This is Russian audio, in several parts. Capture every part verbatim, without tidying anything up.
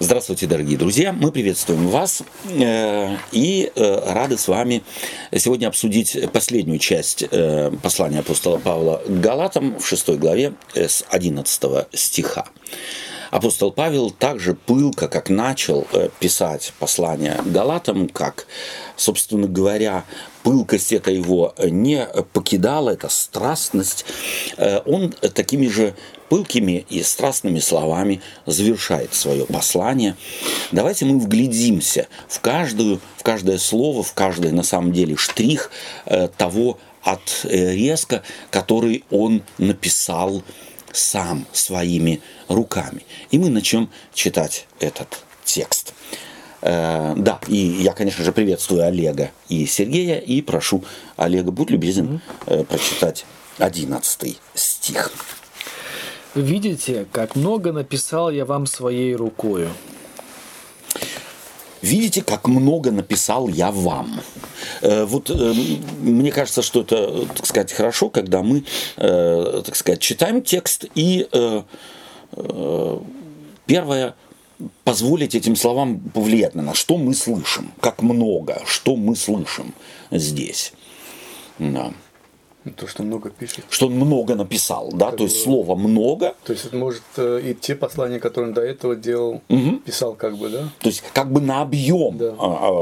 Здравствуйте, дорогие друзья! Мы приветствуем вас э, и э, рады с вами сегодня обсудить последнюю часть э, послания апостола Павла к Галатам в шестой главе с одиннадцатого стиха. Апостол Павел также пылко, как начал э, писать послание к Галатам, как, собственно говоря, пылкость эта его не покидала, эта страстность, э, он такими же пылкими и страстными словами завершает свое послание. Давайте мы вглядимся в, каждую, в каждое слово, в каждый, на самом деле, штрих э, того отрезка, который он написал сам своими руками. И мы начнем читать этот текст. Э, да, и я, конечно же, приветствую Олега и Сергея, и прошу Олега, будь любезен, э, прочитать одиннадцатый стих. «Видите, как много написал я вам своей рукою». Видите, как много написал я вам. Э, вот э, мне кажется, что это, так сказать, хорошо, когда мы, э, так сказать, читаем текст и э, э, первое, позволить этим словам повлиять на нас. Что мы слышим? Как много? Что мы слышим здесь? Да. То, что много пишет. Что он много написал, да, как то бы, есть слово много. То есть это может и те послания, которые он до этого делал, угу. писал как бы, да? То есть как бы на объем да.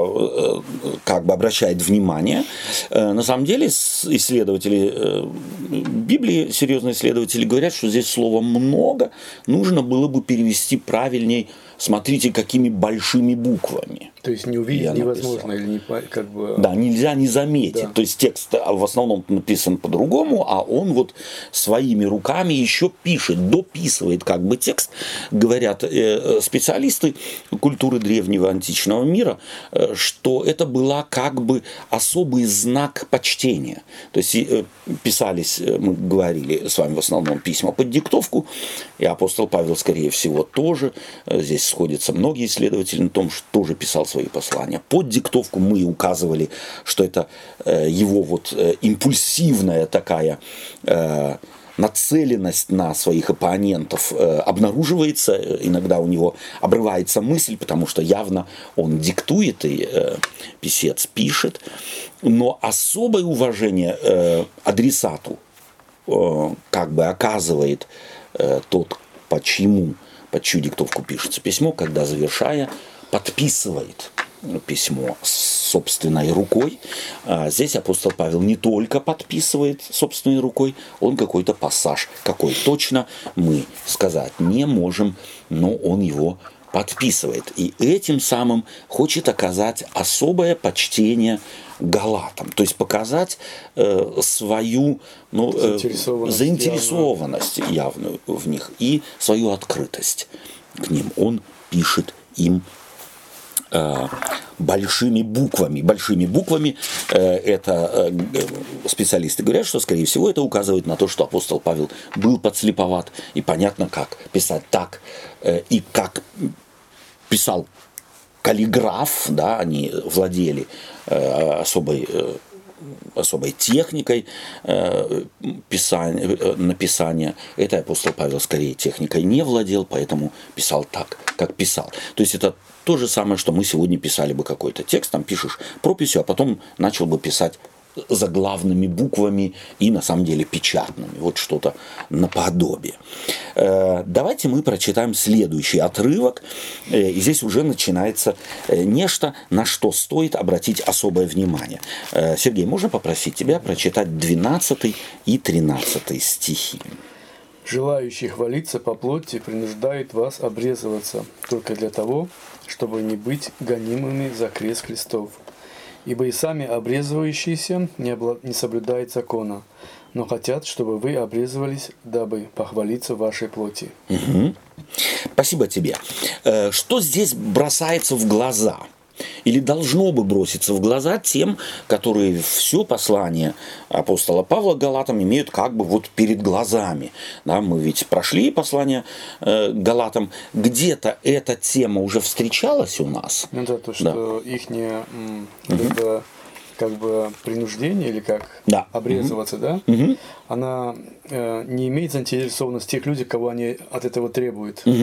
как бы обращает внимание. На самом деле исследователи Библии, серьезные исследователи говорят, что здесь слово много нужно было бы перевести правильней. Смотрите, какими большими буквами. То есть не увидеть невозможно или не как бы. Да, нельзя не заметить. Да. То есть текст в основном написан по-другому, а он вот своими руками еще пишет, дописывает как бы текст. Говорят э, специалисты культуры древнего античного мира, э, что это была как бы особый знак почтения. То есть э, писались, мы говорили с вами в основном письма под диктовку, и апостол Павел, скорее всего, тоже. Здесь сходятся многие исследователи на том, что тоже писал свои послания. Под диктовку мы указывали, что это э, его вот э, импульсивная такая э, нацеленность на своих оппонентов э, обнаруживается. Иногда у него обрывается мысль, потому что явно он диктует и э, писец пишет. Но особое уважение э, адресату э, как бы оказывает э, тот, почему под чью диктовку пишется письмо, когда, завершая, подписывает письмо собственной рукой. А здесь апостол Павел не только подписывает собственной рукой, он какой-то пассаж, какой точно мы сказать не можем, но он его подписывает. И этим самым хочет оказать особое почтение галатам, то есть показать э, свою ну, э, заинтересованность, заинтересованность явную. явную в них и свою открытость к ним. Он пишет им э, большими буквами. Большими буквами э, это э, специалисты говорят, что, скорее всего, это указывает на то, что апостол Павел был подслеповат, и понятно, как писать так, э, и как писал каллиграф, да, они владели э, особой, э, особой техникой э, писания, э, написания. Это апостол Павел скорее техникой не владел, поэтому писал так, как писал. То есть это то же самое, что мы сегодня писали бы какой-то текст, там пишешь прописью, а потом начал бы писать заглавными буквами и на самом деле печатными. Вот что-то наподобие. Давайте мы прочитаем следующий отрывок. И здесь уже начинается нечто, на что стоит обратить особое внимание. Сергей, можно попросить тебя прочитать двенадцатый и тринадцатый стихи? «Желающий хвалиться по плоти принуждает вас обрезываться только для того, чтобы не быть гонимыми за крест Христов. Ибо и сами обрезывающиеся не, обла... не соблюдают закона, но хотят, чтобы вы обрезывались, дабы похвалиться в вашей плоти». Угу. Спасибо тебе. Что здесь бросается в глаза? Или должно бы броситься в глаза тем, которые все послание апостола Павла к Галатам имеют как бы вот перед глазами. Да, мы ведь прошли послание э, Галатам, где-то эта тема уже встречалась у нас. Ну да, то, что да. их не м, угу. как бы принуждение или как да. обрезываться, угу. да, угу. она э, не имеет заинтересованности тех людей, кого они от этого требуют. Угу.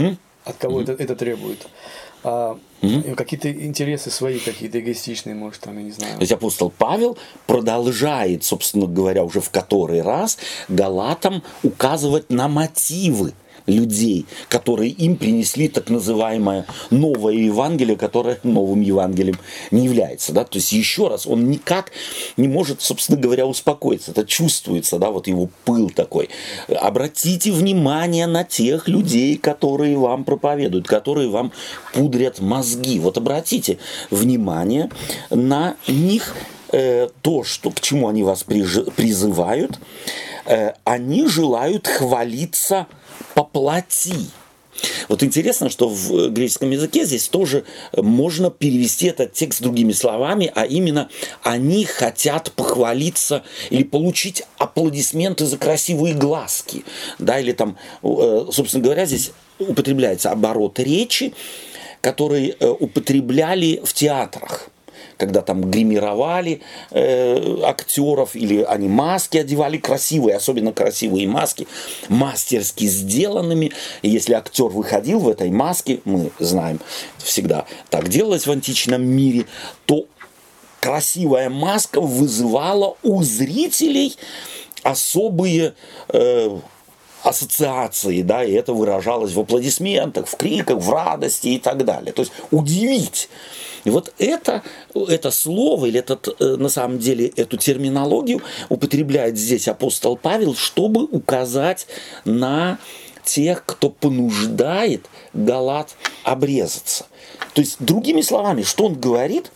от кого mm-hmm. это, это требует. А mm-hmm. какие-то интересы свои, какие-то эгоистичные, может, там, я не знаю. То есть апостол Павел продолжает, собственно говоря, уже в который раз галатам указывать на мотивы людей, которые им принесли так называемое новое Евангелие, которое новым Евангелием не является. Да? То есть еще раз, он никак не может, собственно говоря, успокоиться. Это чувствуется, да, вот его пыл такой. Обратите внимание на тех людей, которые вам проповедуют, которые вам пудрят мозги. Вот обратите внимание на них, э, то, что, к чему они вас призывают. Э, они желают хвалиться по плоти. Вот интересно, что в греческом языке здесь тоже можно перевести этот текст другими словами, а именно они хотят похвалиться или получить аплодисменты за красивые глазки. Да, или там, собственно говоря, здесь употребляется оборот речи, который употребляли в театрах, когда там гримировали э, актеров, или они маски одевали красивые, особенно красивые маски, мастерски сделанными. И если актер выходил в этой маске, мы знаем, всегда так делалось в античном мире, то красивая маска вызывала у зрителей особые э, ассоциации, да, и это выражалось в аплодисментах, в криках, в радости и так далее. То есть удивить. И вот это, это слово, или этот, на самом деле эту терминологию употребляет здесь апостол Павел, чтобы указать на тех, кто понуждает галат обрезаться. То есть, другими словами, что он говорит?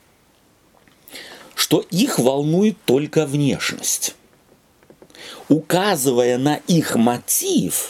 Что их волнует только внешность. Указывая на их мотив,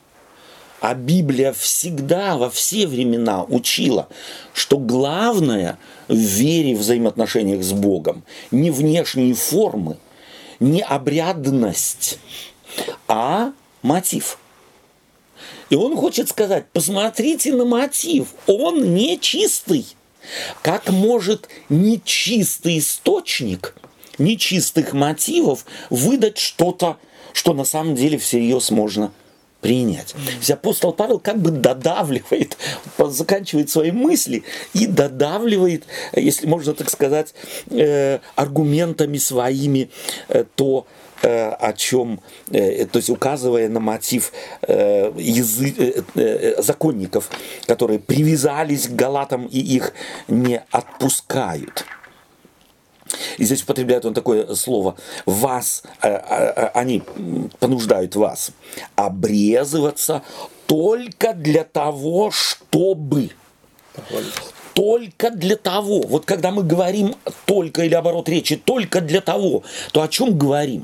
а Библия всегда, во все времена учила, что главное в вере, в взаимоотношениях с Богом не внешние формы, не обрядность, а мотив. И он хочет сказать, посмотрите на мотив, он нечистый. Как может нечистый источник нечистых мотивов выдать что-то, что на самом деле всерьез можно принять. Mm-hmm. Апостол Павел как бы додавливает, заканчивает свои мысли и додавливает, если можно так сказать, э, аргументами своими э, то, э, о чем, э, то есть указывая на мотив э, язы, э, э, законников, которые привязались к галатам и их не отпускают. И здесь употребляет он такое слово «вас», э, э, они понуждают вас обрезываться только для того, чтобы. Только для того. Вот когда мы говорим «только» или оборот речи «только для того», то о чем говорим?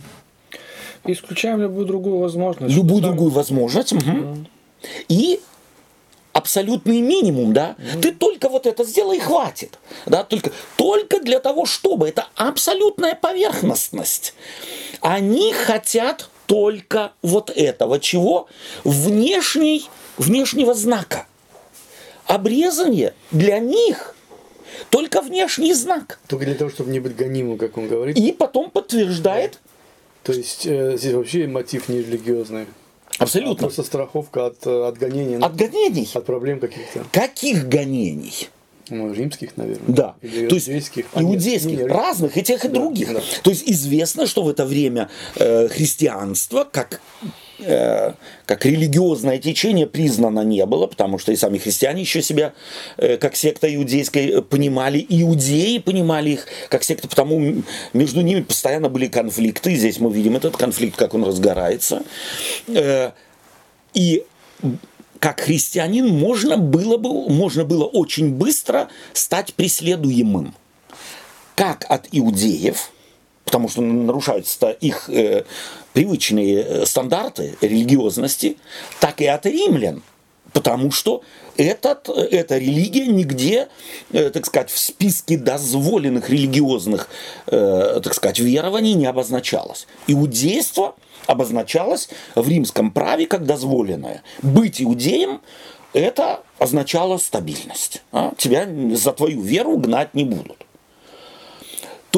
Исключаем любую другую возможность. Любую другую возможность. Угу. Mm. И абсолютный минимум, да, mm. ты только вот это сделай и хватит, да, только, только для того, чтобы, это абсолютная поверхностность. Они хотят только вот этого, чего? Внешней, внешнего знака. Обрезание для них только внешний знак. Только для того, чтобы не быть гонимым, как он говорит. И потом подтверждает. То есть э, здесь вообще мотив не религиозный. Абсолютно. А просто страховка от, от гонений. От гонений. От проблем каких-то. Каких гонений? Ну, римских, наверное. Да. Или то есть иудейских. А иудейских, нет, разных, и тех, и да, других. Да. То есть известно, что в это время э, христианство, как, э, как религиозное течение, признано не было, потому что и сами христиане еще себя э, как секта иудейской понимали, иудеи понимали их как секта, потому между ними постоянно были конфликты. Здесь мы видим этот конфликт, как он разгорается. Э, и как христианин можно было, бы, можно было очень быстро стать преследуемым. Как от иудеев, потому что нарушаются их э, привычные стандарты религиозности, так и от римлян. Потому что этот, эта религия нигде, э, так сказать, в списке дозволенных религиозных, э, так сказать, верований не обозначалось. Иудейство обозначалось в римском праве как дозволенное. Быть иудеем – это означало стабильность. А? Тебя за твою веру гнать не будут. То есть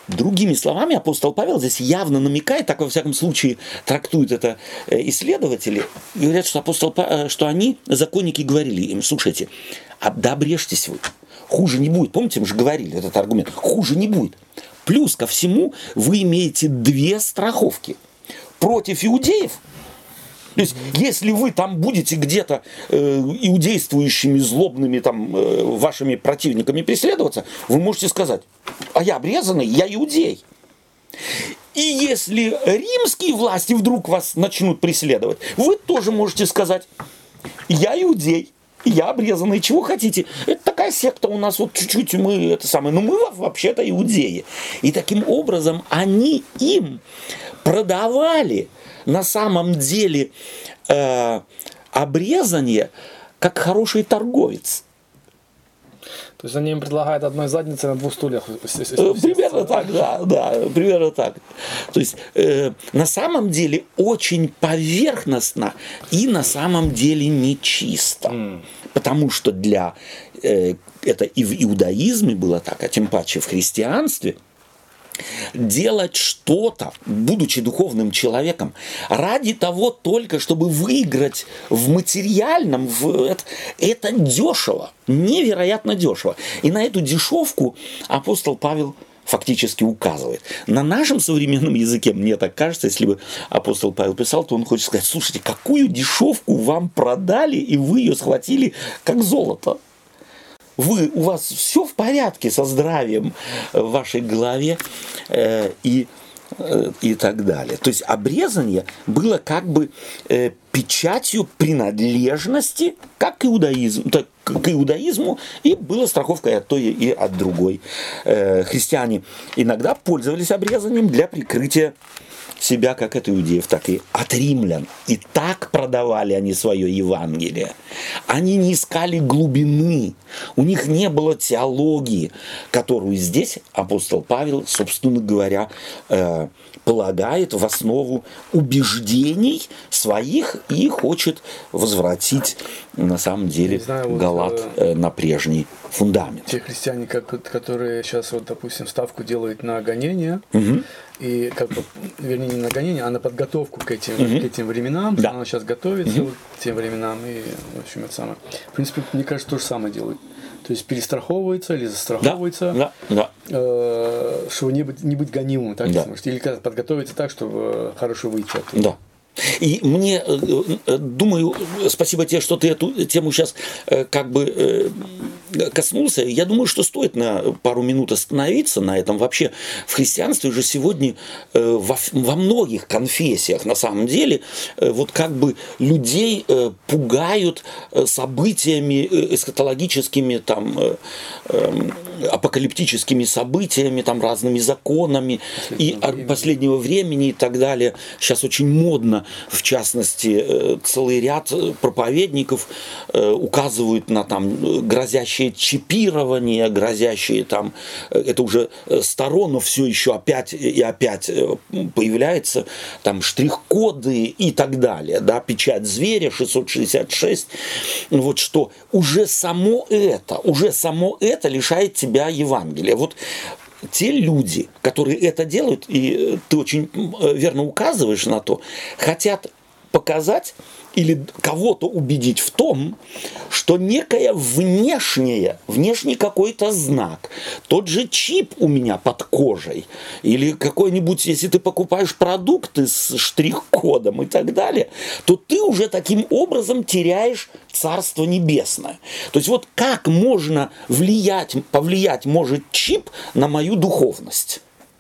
Другими словами, апостол Павел здесь явно намекает, так во всяком случае трактуют это исследователи, говорят, что, апостол, что они, законники, говорили им: слушайте, а да обрежьтесь вы, хуже не будет. Помните, мы же говорили этот аргумент, хуже не будет. Плюс ко всему вы имеете две страховки против иудеев. То есть, если вы там будете где-то э, иудействующими, злобными там, э, вашими противниками преследоваться, вы можете сказать: а я обрезанный, я иудей. И если римские власти вдруг вас начнут преследовать, вы тоже можете сказать: я иудей, я обрезанный, чего хотите. Это такая секта у нас, вот чуть-чуть мы это самое, но мы вообще-то иудеи. И таким образом они им продавали на самом деле э, обрезание как хороший торговец. То есть они им предлагают одной задницей на двух стульях. Примерно так, да, да, примерно так. То есть э, на самом деле очень поверхностно и на самом деле нечисто. Mm. Потому что для э, это и в иудаизме было так, а тем паче в христианстве, делать что-то, будучи духовным человеком, ради того только, чтобы выиграть в материальном, в это, это дешево, невероятно дешево. И на эту дешевку апостол Павел фактически указывает. На нашем современном языке, мне так кажется, если бы апостол Павел писал, то он хочет сказать: слушайте, какую дешевку вам продали, и вы ее схватили как золото. Вы, у вас все в порядке со здравием в вашей голове э, и, э, и так далее. То есть обрезание было как бы э, печатью принадлежности как к иудаизму, так, к иудаизму, и была страховкой от той и от другой. Э, христиане иногда пользовались обрезанием для прикрытия себя как от иудеев, так и от римлян. И так продавали они свое Евангелие. Они не искали глубины. У них не было теологии, которую здесь апостол Павел, собственно говоря, э, полагает в основу убеждений своих и хочет возвратить, на самом деле, знаю, вот, Галат э, на прежний фундамент. Те христиане, как, которые сейчас, вот, допустим, ставку делают на гонение, угу. и, как бы, вернее, не на гонение, а на подготовку к этим, угу. к этим временам, да. Она сейчас готовится угу. к тем временам, и, в общем, это самое. В принципе, мне кажется, то же самое делают. То есть перестраховывается или застраховывается, да, да, э, чтобы не быть, не быть гонимым, так да. Сможете, или подготовиться так, чтобы хорошо выйти оттуда. Да. И мне, думаю, спасибо тебе, что ты эту тему сейчас как бы коснулся. Я думаю, что стоит на пару минут остановиться на этом. Вообще в христианстве уже сегодня во, во многих конфессиях на самом деле вот как бы людей пугают событиями эсхатологическими, там, апокалиптическими событиями, там, разными законами и от последнего времени и так далее. Сейчас очень модно. В частности, целый ряд проповедников указывают на там грозящее чипирование, грозящие там, это уже старо, но все еще опять и опять появляется там штрих-коды и так далее, да, печать зверя шестьсот шестьдесят шесть, вот что уже само это, уже само это лишает тебя Евангелия. Вот те люди, которые это делают, и ты очень верно указываешь на то, хотят показать или кого-то убедить в том, что некая внешняя, внешний какой-то знак, тот же чип у меня под кожей, или какой-нибудь, если ты покупаешь продукты с штрих-кодом и так далее, то ты уже таким образом теряешь Царство Небесное. То есть вот как можно влиять, повлиять может чип на мою духовность?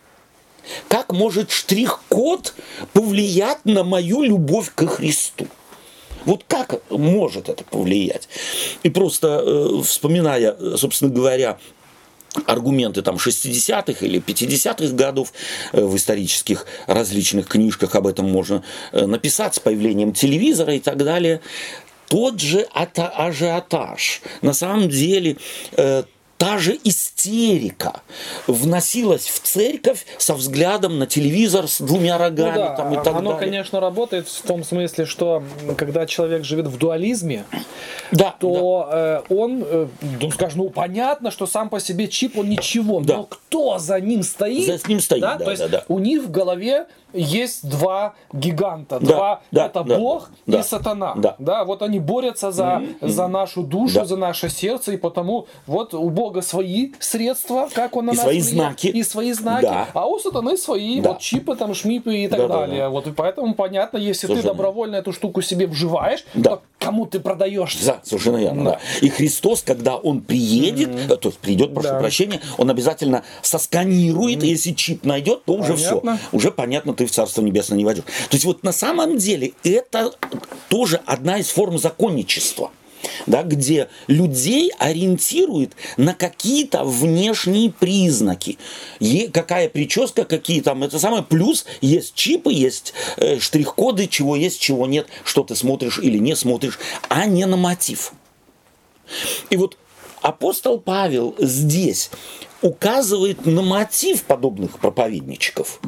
Как может штрих-код повлиять на мою любовь ко Христу? Вот как может это повлиять? И просто э, вспоминая, собственно говоря, аргументы там шестидесятых или пятидесятых годов э, в исторических различных книжках об этом можно э, написать с появлением телевизора и так далее, тот же ажиотаж. На самом деле э, та же истерика вносилась в церковь со взглядом на телевизор с двумя рогами, Ну да, там, и так оно, далее. конечно, работает в том смысле, что когда человек живет в дуализме, Да, то э, он, э, ну, скажем, ну, понятно, что сам по себе чип, он ничего, Да. но кто за ним стоит? За ним стоит, да, то да, есть да. у них в голове есть два гиганта, Да, два, да, это да, Бог да, и сатана. да. вот они борются за, за нашу душу, Да. за наше сердце, и потому вот у Бога свои средства, как он на И нас свои влияет, знаки. и свои знаки, Да. а у сатаны свои Да. вот чипы, там, шмипы и так Да, да, далее. да. Вот, и поэтому понятно, если Совершенно. ты добровольно эту штуку себе вживаешь, Да. то кому ты продаешься? Да, совершенно верно. Да. Да. И Христос, когда Он приедет, э, то есть придет, прошу Да. прощения, Он обязательно сосканирует, и если чип найдет, то уже Понятно. все. Уже понятно, ты в Царство Небесное не войдешь. То есть вот на самом деле это тоже одна из форм законничества. Да, где людей ориентирует на какие-то внешние признаки. Е- какая прическа, какие там, это самое. Плюс есть чипы, есть э, штрих-коды, чего есть, чего нет, что ты смотришь или не смотришь, а не на мотив. И вот апостол Павел здесь указывает на мотив подобных проповедничков.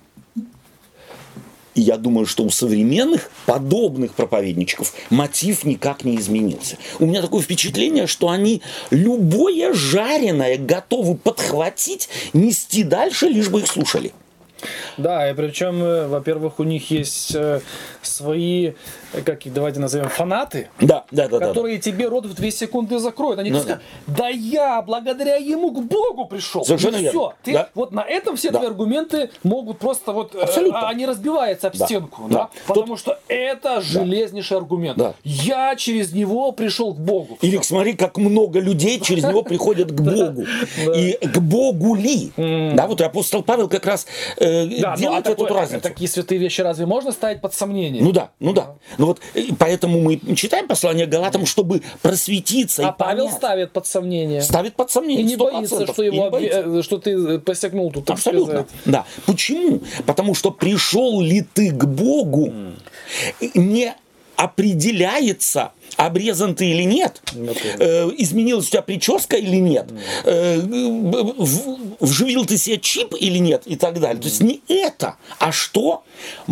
И я думаю, что у современных подобных проповедничков мотив никак не изменился. У меня такое впечатление, что они любое жареное готовы подхватить, нести дальше, лишь бы их слушали. Да, и причем, э, во-первых, у них есть э, свои, э, как их давайте назовем, фанаты, Да, да, да. которые тебе рот в две секунды закроют. Они Ну, скажут, да я благодаря ему к Богу пришел. Совершенно и верно. все. Ты, Да. Вот на этом все Да. твои аргументы могут просто вот, э, Абсолютно. они разбиваются об Да. стенку. Да. Да? Потому что это железнейший аргумент. Да. Я через него пришел к Богу. Или смотри, как много людей через него приходят к Богу. И к Богу ли? Да, вот и апостол Павел как раз э, Да, ну, а делает эту такое- разницу. такие святые вещи разве можно ставить под сомнение? Ну да, ну да. Ну вот э, поэтому мы читаем послание к Галатам, чтобы просветиться а и Павел понять. ставит под сомнение. Ставит под сомнение. И не сто боится, процентов. что, И не его, боится. обве- что ты посягнул тут, так Абсолютно. сказать. Да. Почему? Потому что пришел ли ты к Богу, не определяется, обрезан ты или нет, э, изменилась у тебя прическа или нет, э, в- вживил ты себе чип или нет и так далее. То есть не это, а что?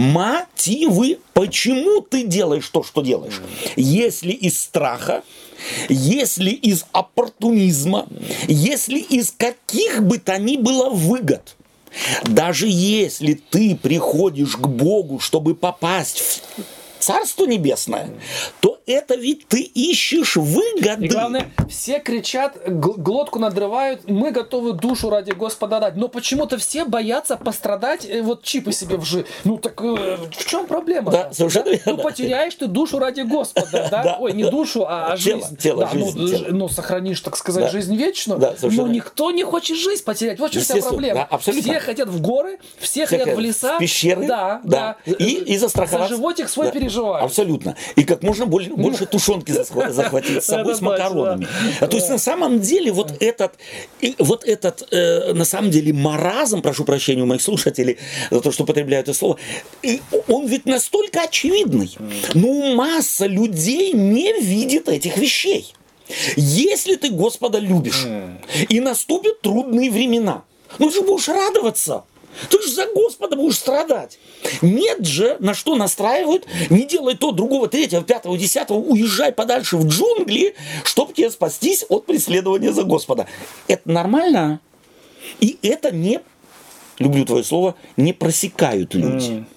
Мотивы. Почему ты делаешь то, что делаешь? Если из страха, если из оппортунизма, если из каких бы то ни было выгод. Даже если ты приходишь к Богу, чтобы попасть в Царство Небесное, то это ведь ты ищешь выгоды. И главное, все кричат, гл- глотку надрывают, мы готовы душу ради Господа дать. Но почему-то все боятся пострадать, э, вот чипы себе вжи. Ну так э, в чем проблема? Да, совершенно верно. Ну потеряешь ты душу ради Господа, да? Да. Ой, не душу, а, а Тело, жизнь. тело, Да, ну, жизнь, тело. ж- ну, сохранишь, так сказать, Да. жизнь вечную. Да, совершенно но никто не хочет жизнь потерять. Вот в чем вся Естественно, проблема. да, абсолютно. Все хотят в горы, все, Все хотят в хотят леса. в пещеры, Да, да. да. И- и застраховаться. За животик свой Да. переживают. Абсолютно. И как можно больше, больше тушенки захва- захватить с собой Это с макаронами. точно. А То есть на самом деле вот этот, и вот этот э, на самом деле маразм, прошу прощения у моих слушателей за то, что употребляют это слово, и он ведь настолько очевидный. Ну, масса людей не видит этих вещей. Если ты Господа любишь, и наступят трудные времена, ну ты же будешь радоваться. Ты же за Господа будешь страдать. Нет же, на что настраивают, не делай то, другого, третьего, пятого, десятого, уезжай подальше в джунгли, чтобы тебе спастись от преследования за Господа. Это нормально? И это не, люблю твое слово, не просекают люди. Mm.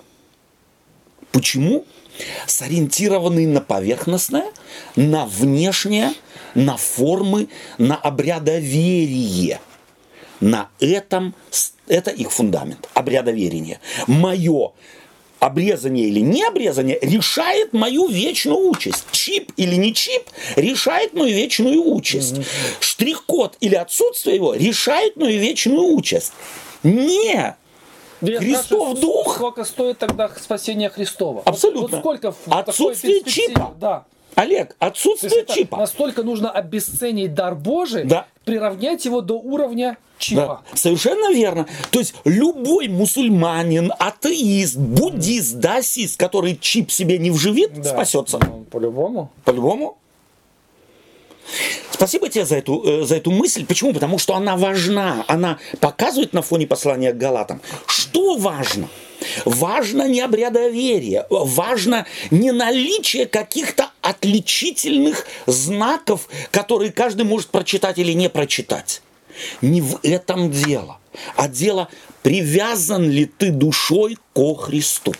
Почему? Сориентированные на поверхностное, на внешнее, на формы, на обрядоверие. На этом, это их фундамент, обрядоверие. Мое обрезание или не обрезание решает мою вечную участь. Чип или не чип решает мою вечную участь. Mm-hmm. Штрих-код или отсутствие его решает мою вечную участь. Не! Я Христов спрашиваю, дух. Сколько стоит тогда спасение Христова? Абсолютно. Вот сколько в Отсутствие такой перспективе? чипа. Да. Олег, То есть отсутствие это чипа. настолько нужно обесценить дар Божий, Да. приравнять его до уровня чипа. Да, совершенно верно. То есть любой мусульманин, атеист, буддист, даосист, который чип себе не вживит, Да. спасется. Ну, по-любому. По-любому. Спасибо тебе за эту, за эту мысль. Почему? Потому что она важна. Она показывает на фоне послания к Галатам, что важно. Важно не обрядоверие, важно не наличие каких-то отличительных знаков, которые каждый может прочитать или не прочитать. Не в этом дело, а дело, привязан ли ты душой ко Христу.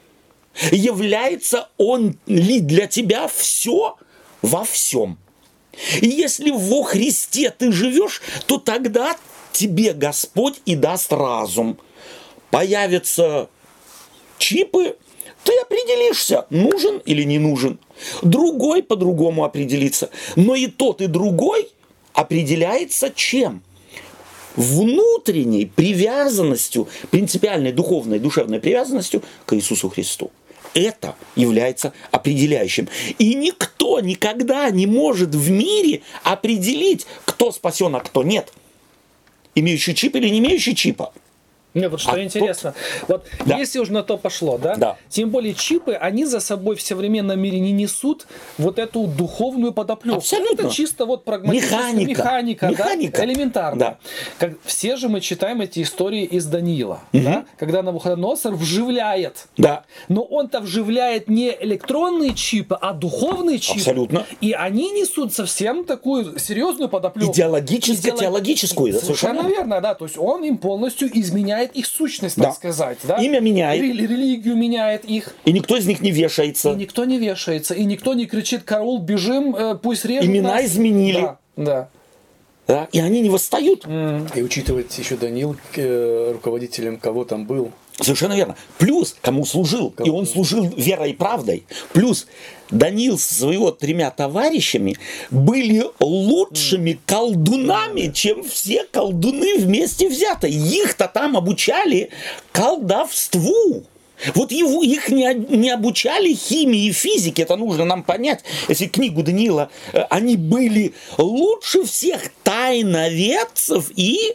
Является Он ли для тебя все во всем. И если во Христе ты живешь, то тогда тебе Господь и даст разум. Появятся чипы, ты определишься, нужен или не нужен. Другой по-другому определится. Но и тот, и другой определяется чем? Внутренней привязанностью, принципиальной духовной, душевной привязанностью к Иисусу Христу. Это является определяющим. И никто никогда не может в мире определить, кто спасен, а кто нет. Имеющий чип или не имеющий чипа. Мне вот что а интересно, тот... вот да. если уже на то пошло, да? да, тем более чипы, они за собой в современном мире не несут вот эту духовную подоплеку. Абсолютно. Это чисто вот прагматическая механика, механика, механика. Да? элементарно. Да. Как, все же мы читаем эти истории из Даниила, угу. да? Когда Навуходоносор вживляет. Да. Но он-то вживляет не электронные чипы, а духовные чипы. Абсолютно. И они несут совсем такую серьезную подоплеку. Идеологическую, теологическую. Совершенно верно, да. То есть он им полностью изменяет их сущность. Да. Так сказать, да? Имя меняет. Рели- религию меняет их. И никто из них не вешается. И никто не вешается. И никто не кричит: караул, бежим, э, пусть режут Имена нас. изменили. Да, да. Да, и они не восстают. Mm. И учитывать еще Даниил э, руководителем кого там был. Совершенно верно. Плюс, кому служил. Кому? И он служил верой и правдой. Плюс, Даниил со своего тремя товарищами были лучшими колдунами, чем все колдуны вместе взятые. Их-то там обучали колдовству. Вот его, их не, не обучали химии и физике, это нужно нам понять. Если книгу Даниила, они были лучше всех тайноведцев и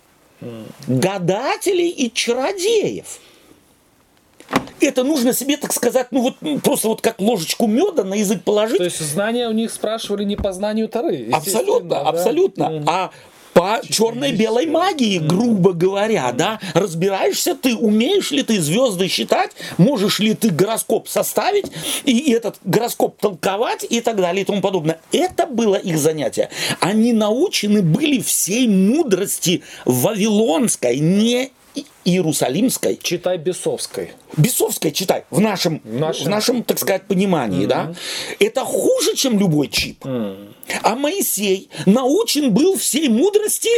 гадателей и чародеев. Это нужно себе, так сказать, ну вот просто вот как ложечку меда на язык положить. То есть знания у них спрашивали не по знанию Торы. Абсолютно, да? абсолютно. Mm-hmm. А по черно-белой магии, грубо говоря, mm-hmm. да, разбираешься ты, умеешь ли ты звезды считать, можешь ли ты гороскоп составить, и этот гороскоп толковать и так далее и тому подобное. Это было их занятие. Они научены были всей мудрости вавилонской, не иерусалимской. Читай бесовской. Бесовской читай, в нашем, в нашем... В нашем так сказать, понимании. Mm-hmm. Да? Это хуже, чем любой чип. Mm-hmm. А Моисей научен был всей мудрости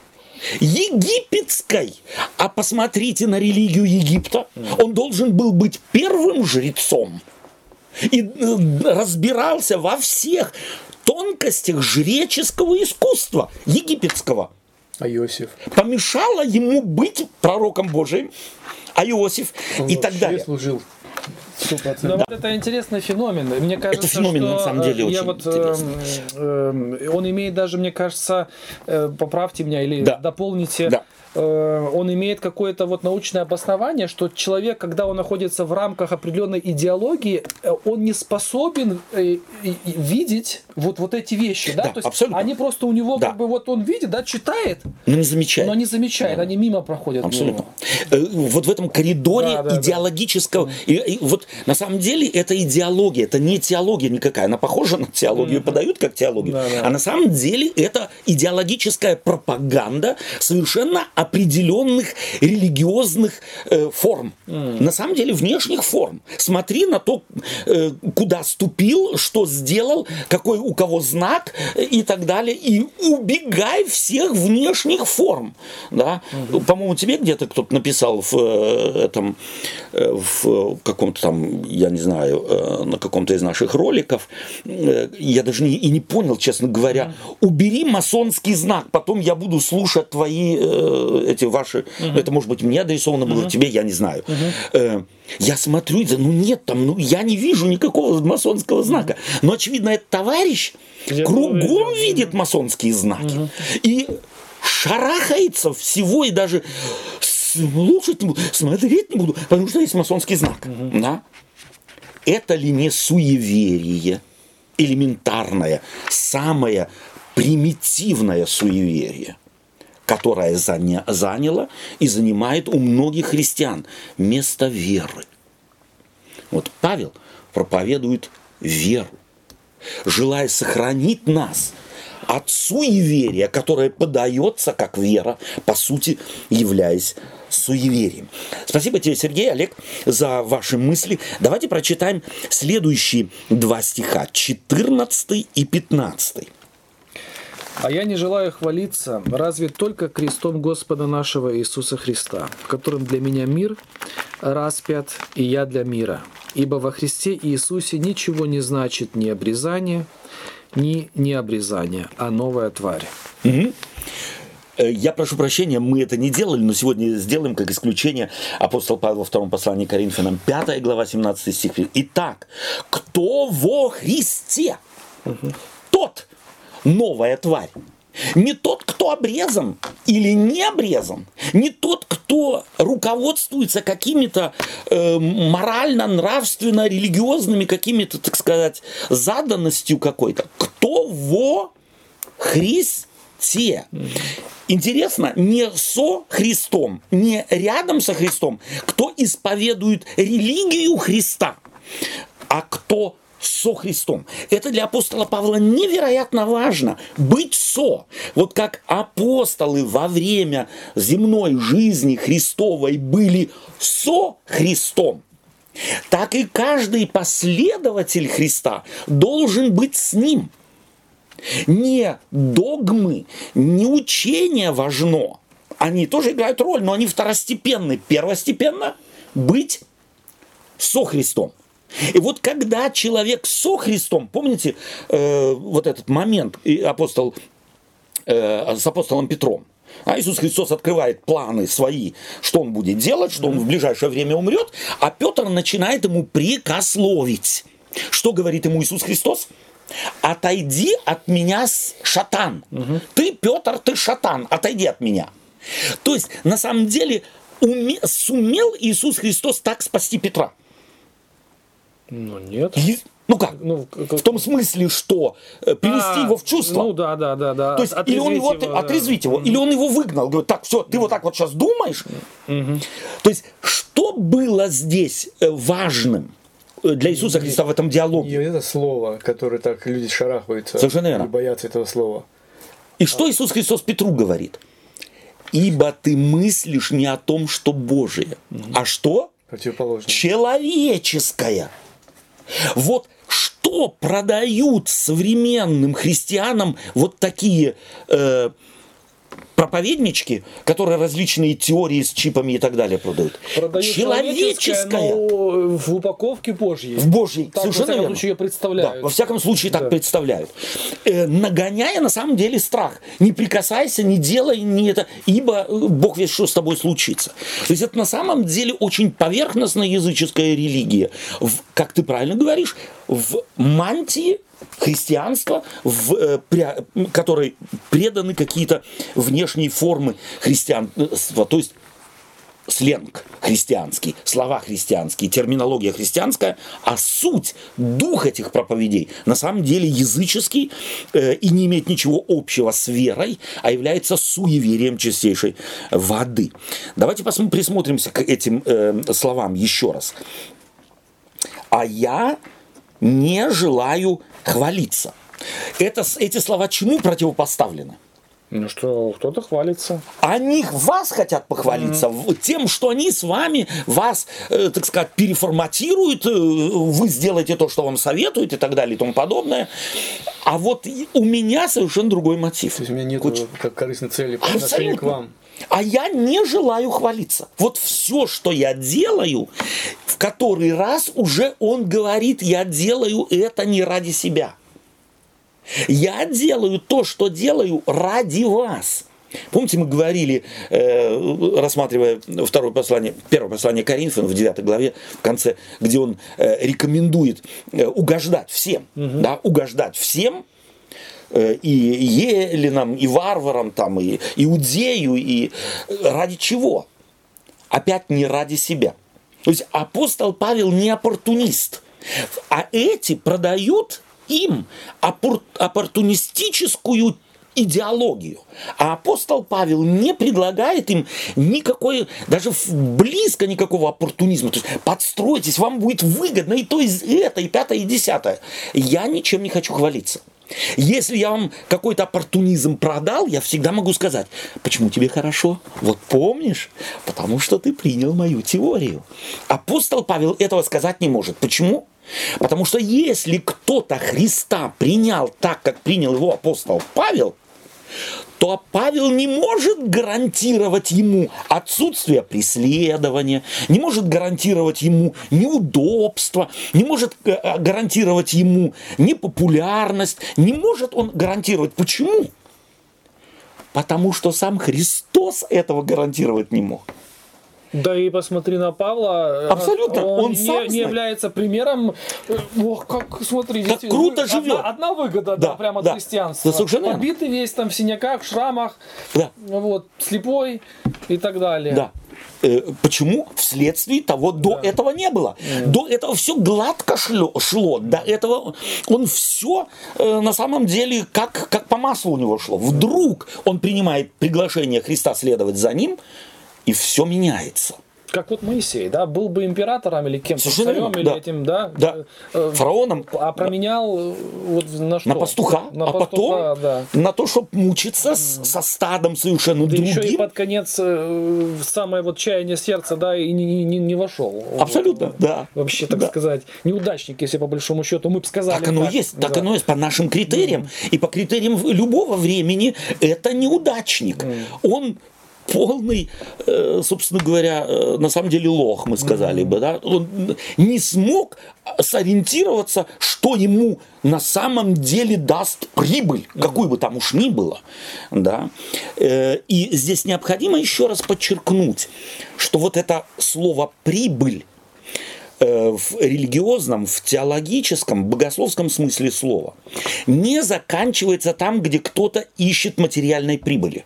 египетской. А посмотрите на религию Египта. Mm-hmm. Он должен был быть первым жрецом. И разбирался во всех тонкостях жреческого искусства египетского. А Иосиф? Помешало ему быть пророком Божиим, а Иосиф он и так далее. Служил. Но да. Вот это интересный феномен. Мне кажется, это феномен, что на самом деле, я очень вот, интересный. Э, э, он имеет даже, мне кажется, э, поправьте меня или да. дополните, да. э, он имеет какое-то вот научное обоснование, что человек, когда он находится в рамках определенной идеологии, он не способен э, э, видеть вот, вот эти вещи. Да? Да, То есть абсолютно. они просто у него, да. как бы вот он видит, да, читает, но не замечает. но не замечает, да. Они мимо проходят. Абсолютно. Мимо. Вот в этом коридоре да, да, идеологического... Да. И, и вот на самом деле это идеология, это не теология никакая. Она похожа на теологию, mm-hmm. подают как теологию. Да, да. А на самом деле это идеологическая пропаганда совершенно определенных религиозных э, форм. Mm. На самом деле внешних форм. Смотри на то, э, куда ступил, что сделал, какой у кого знак э, и так далее. И убегай всех внешних форм. Да? Mm-hmm. По-моему, тебе где-то кто-то написал в э, этом, э, в каком-то там, я не знаю, э, на каком-то из наших роликов, э, я даже не, и не понял, честно говоря, mm-hmm. убери масонский знак, потом я буду слушать твои э, эти ваши, uh-huh. это может быть мне адресовано было, uh-huh. тебе, я не знаю. Uh-huh. Э, я смотрю, ну нет там, ну я не вижу никакого масонского знака. Uh-huh. Но очевидно, этот товарищ я кругом uh-huh. видит масонские знаки. Uh-huh. И шарахается всего, и даже слушать не буду, смотреть не буду, потому что есть масонский знак. Uh-huh. Да? Это ли не суеверие элементарное, самое примитивное суеверие, которое заня- заняло и занимает у многих христиан место веры. Вот Павел проповедует веру, желая сохранить нас от суеверия, которое подается как вера, по сути, являясь суеверием. Спасибо тебе, Сергей, Олег, за ваши мысли. Давайте прочитаем следующие два стиха, четырнадцатый и пятнадцатый. А я не желаю хвалиться, разве только крестом Господа нашего Иисуса Христа, в котором для меня мир распят, и я для мира. Ибо во Христе Иисусе ничего не значит ни обрезание, ни необрезание, а новая тварь. Угу. Я прошу прощения, мы это не делали, но сегодня сделаем как исключение. Апостол Павел во втором послании к Коринфянам, пятая глава, семнадцатый стих. Итак, кто во Христе, угу. тот новая тварь. Не тот, кто обрезан или не обрезан, не тот, кто руководствуется какими-то э, морально-нравственно религиозными какими-то, так сказать, заданностью какой-то. Кто во Христе. Интересно, не со Христом, не рядом со Христом, кто исповедует религию Христа, а кто со Христом. Это для апостола Павла невероятно важно. Быть со. Вот как апостолы во время земной жизни Христовой были со Христом, так и каждый последователь Христа должен быть с Ним. Не догмы, не учения важно. Они тоже играют роль, но они второстепенны. Первостепенно быть со Христом. И вот когда человек со Христом, помните э, вот этот момент, и апостол, э, с апостолом Петром, а Иисус Христос открывает планы свои, что он будет делать, что он в ближайшее время умрет, а Петр начинает ему прикословить. Что говорит ему Иисус Христос? Отойди от меня, шатан. Угу. Ты, Петр, ты шатан, отойди от меня. То есть, на самом деле, уме... сумел Иисус Христос так спасти Петра? Ну, нет. И, ну как? Ну, как... В том смысле, что привести а, его в чувство. Ну да, да, да, да. То есть, или он его, его, отрезвить да. его, mm-hmm. или он его выгнал. Говорит, так, все, ты mm-hmm. вот так вот сейчас думаешь. Mm-hmm. То есть, что было здесь важным для Иисуса Христа в этом диалоге? Не это слово, которое так люди шарахаются. Совершенно верно. И боятся этого слова. И а. что Иисус Христос Петру говорит? Ибо ты мыслишь не о том, что Божие, mm-hmm. а что? Противоположное. Человеческое. Вот что продают современным христианам вот такие э, проповеднички, которые различные теории с чипами и так далее продают. Продают человеческое, но в упаковке Божьей. В Божьей, так, совершенно во всяком верно. случае, ее представляют. Да, во всяком случае, так да. представляют. Э, нагоняя на самом деле страх. Не прикасайся, не делай, не это, ибо Бог весь что с тобой случится. То есть это на самом деле очень поверхностная языческая религия. В, как ты правильно говоришь, в мантии христианства, в, э, пря, которой преданы какие-то внешние формы христианства, то есть сленг христианский, слова христианские, терминология христианская, а суть, дух этих проповедей на самом деле языческий э, и не имеет ничего общего с верой, а является суеверием чистейшей воды. Давайте посмотрим, присмотримся к этим э, словам еще раз. А я не желаю хвалиться. Это, эти слова чему противопоставлены? Ну что, кто-то хвалится. Они вас хотят похвалиться mm-hmm. тем, что они с вами, вас, э, так сказать, переформатируют, э, вы сделаете то, что вам советуют и так далее и тому подобное. А вот у меня совершенно другой мотив. То есть у меня нет Куч... как корыстной цели по отношению к вам. А я не желаю хвалиться. Вот все, что я делаю, в который раз уже он говорит, я делаю это не ради себя. Я делаю то, что делаю ради вас. Помните, мы говорили, э, рассматривая второе послание, первое послание Коринфянам в девятой главе, в конце, где он э, рекомендует э, угождать всем, угу. да, угождать всем, э, и еленам, и варварам, там, и иудею, и ради чего? Опять не ради себя. То есть апостол Павел не оппортунист, а эти продают им оппор- оппортунистическую идеологию. А апостол Павел не предлагает им никакой, даже близко никакого оппортунизма. То есть подстройтесь, вам будет выгодно и то, и это, и пятое, и десятое. Я ничем не хочу хвалиться. Если я вам какой-то оппортунизм продал, я всегда могу сказать, почему тебе хорошо? Вот помнишь? Потому что ты принял мою теорию. Апостол Павел этого сказать не может. Почему? Потому что если кто-то Христа принял так, как принял его апостол Павел, то Павел не может гарантировать ему отсутствие преследования, не может гарантировать ему неудобства, не может гарантировать ему непопулярность, не может он гарантировать. Почему? Потому что сам Христос этого гарантировать не мог. Да и посмотри на Павла. Абсолютно. Он, Он не, сам не является примером. Ох, как, смотри, как круто живет. Одна, одна выгода, да, да прямо да. от христианства. Да, совершенно. Побитый весь там в синяках, в шрамах, да. вот, слепой и так далее. Да. Почему? Вследствие того, до да. этого не было. Mm. До этого все гладко шло, шло. До этого он все э, на самом деле как, как по маслу у него шло. Вдруг он принимает приглашение Христа следовать за ним, и все меняется. Как вот Моисей, да, был бы императором или кем-то, царем, или да. этим, да, да. э, фараоном, а променял вот на что? На пастуха, на а пастуха, потом да. на то, чтобы мучиться mm. со стадом совершенно да другим. Еще и под конец э, в самое вот чаяние сердца, да, и не, не, не вошел. Абсолютно, вот, да. Вообще, так да. сказать, неудачник, если по большому счету мы бы сказали. Так оно так, есть, да. так оно есть по нашим критериям. Mm. И по критериям любого времени это неудачник. Mm. Он полный, собственно говоря, на самом деле лох, мы сказали mm-hmm. бы, да, он не смог сориентироваться, что ему на самом деле даст прибыль, mm-hmm. какую бы там уж ни было, да. И здесь необходимо еще раз подчеркнуть, что вот это слово «прибыль» в религиозном, в теологическом, богословском смысле слова не заканчивается там, где кто-то ищет материальной прибыли.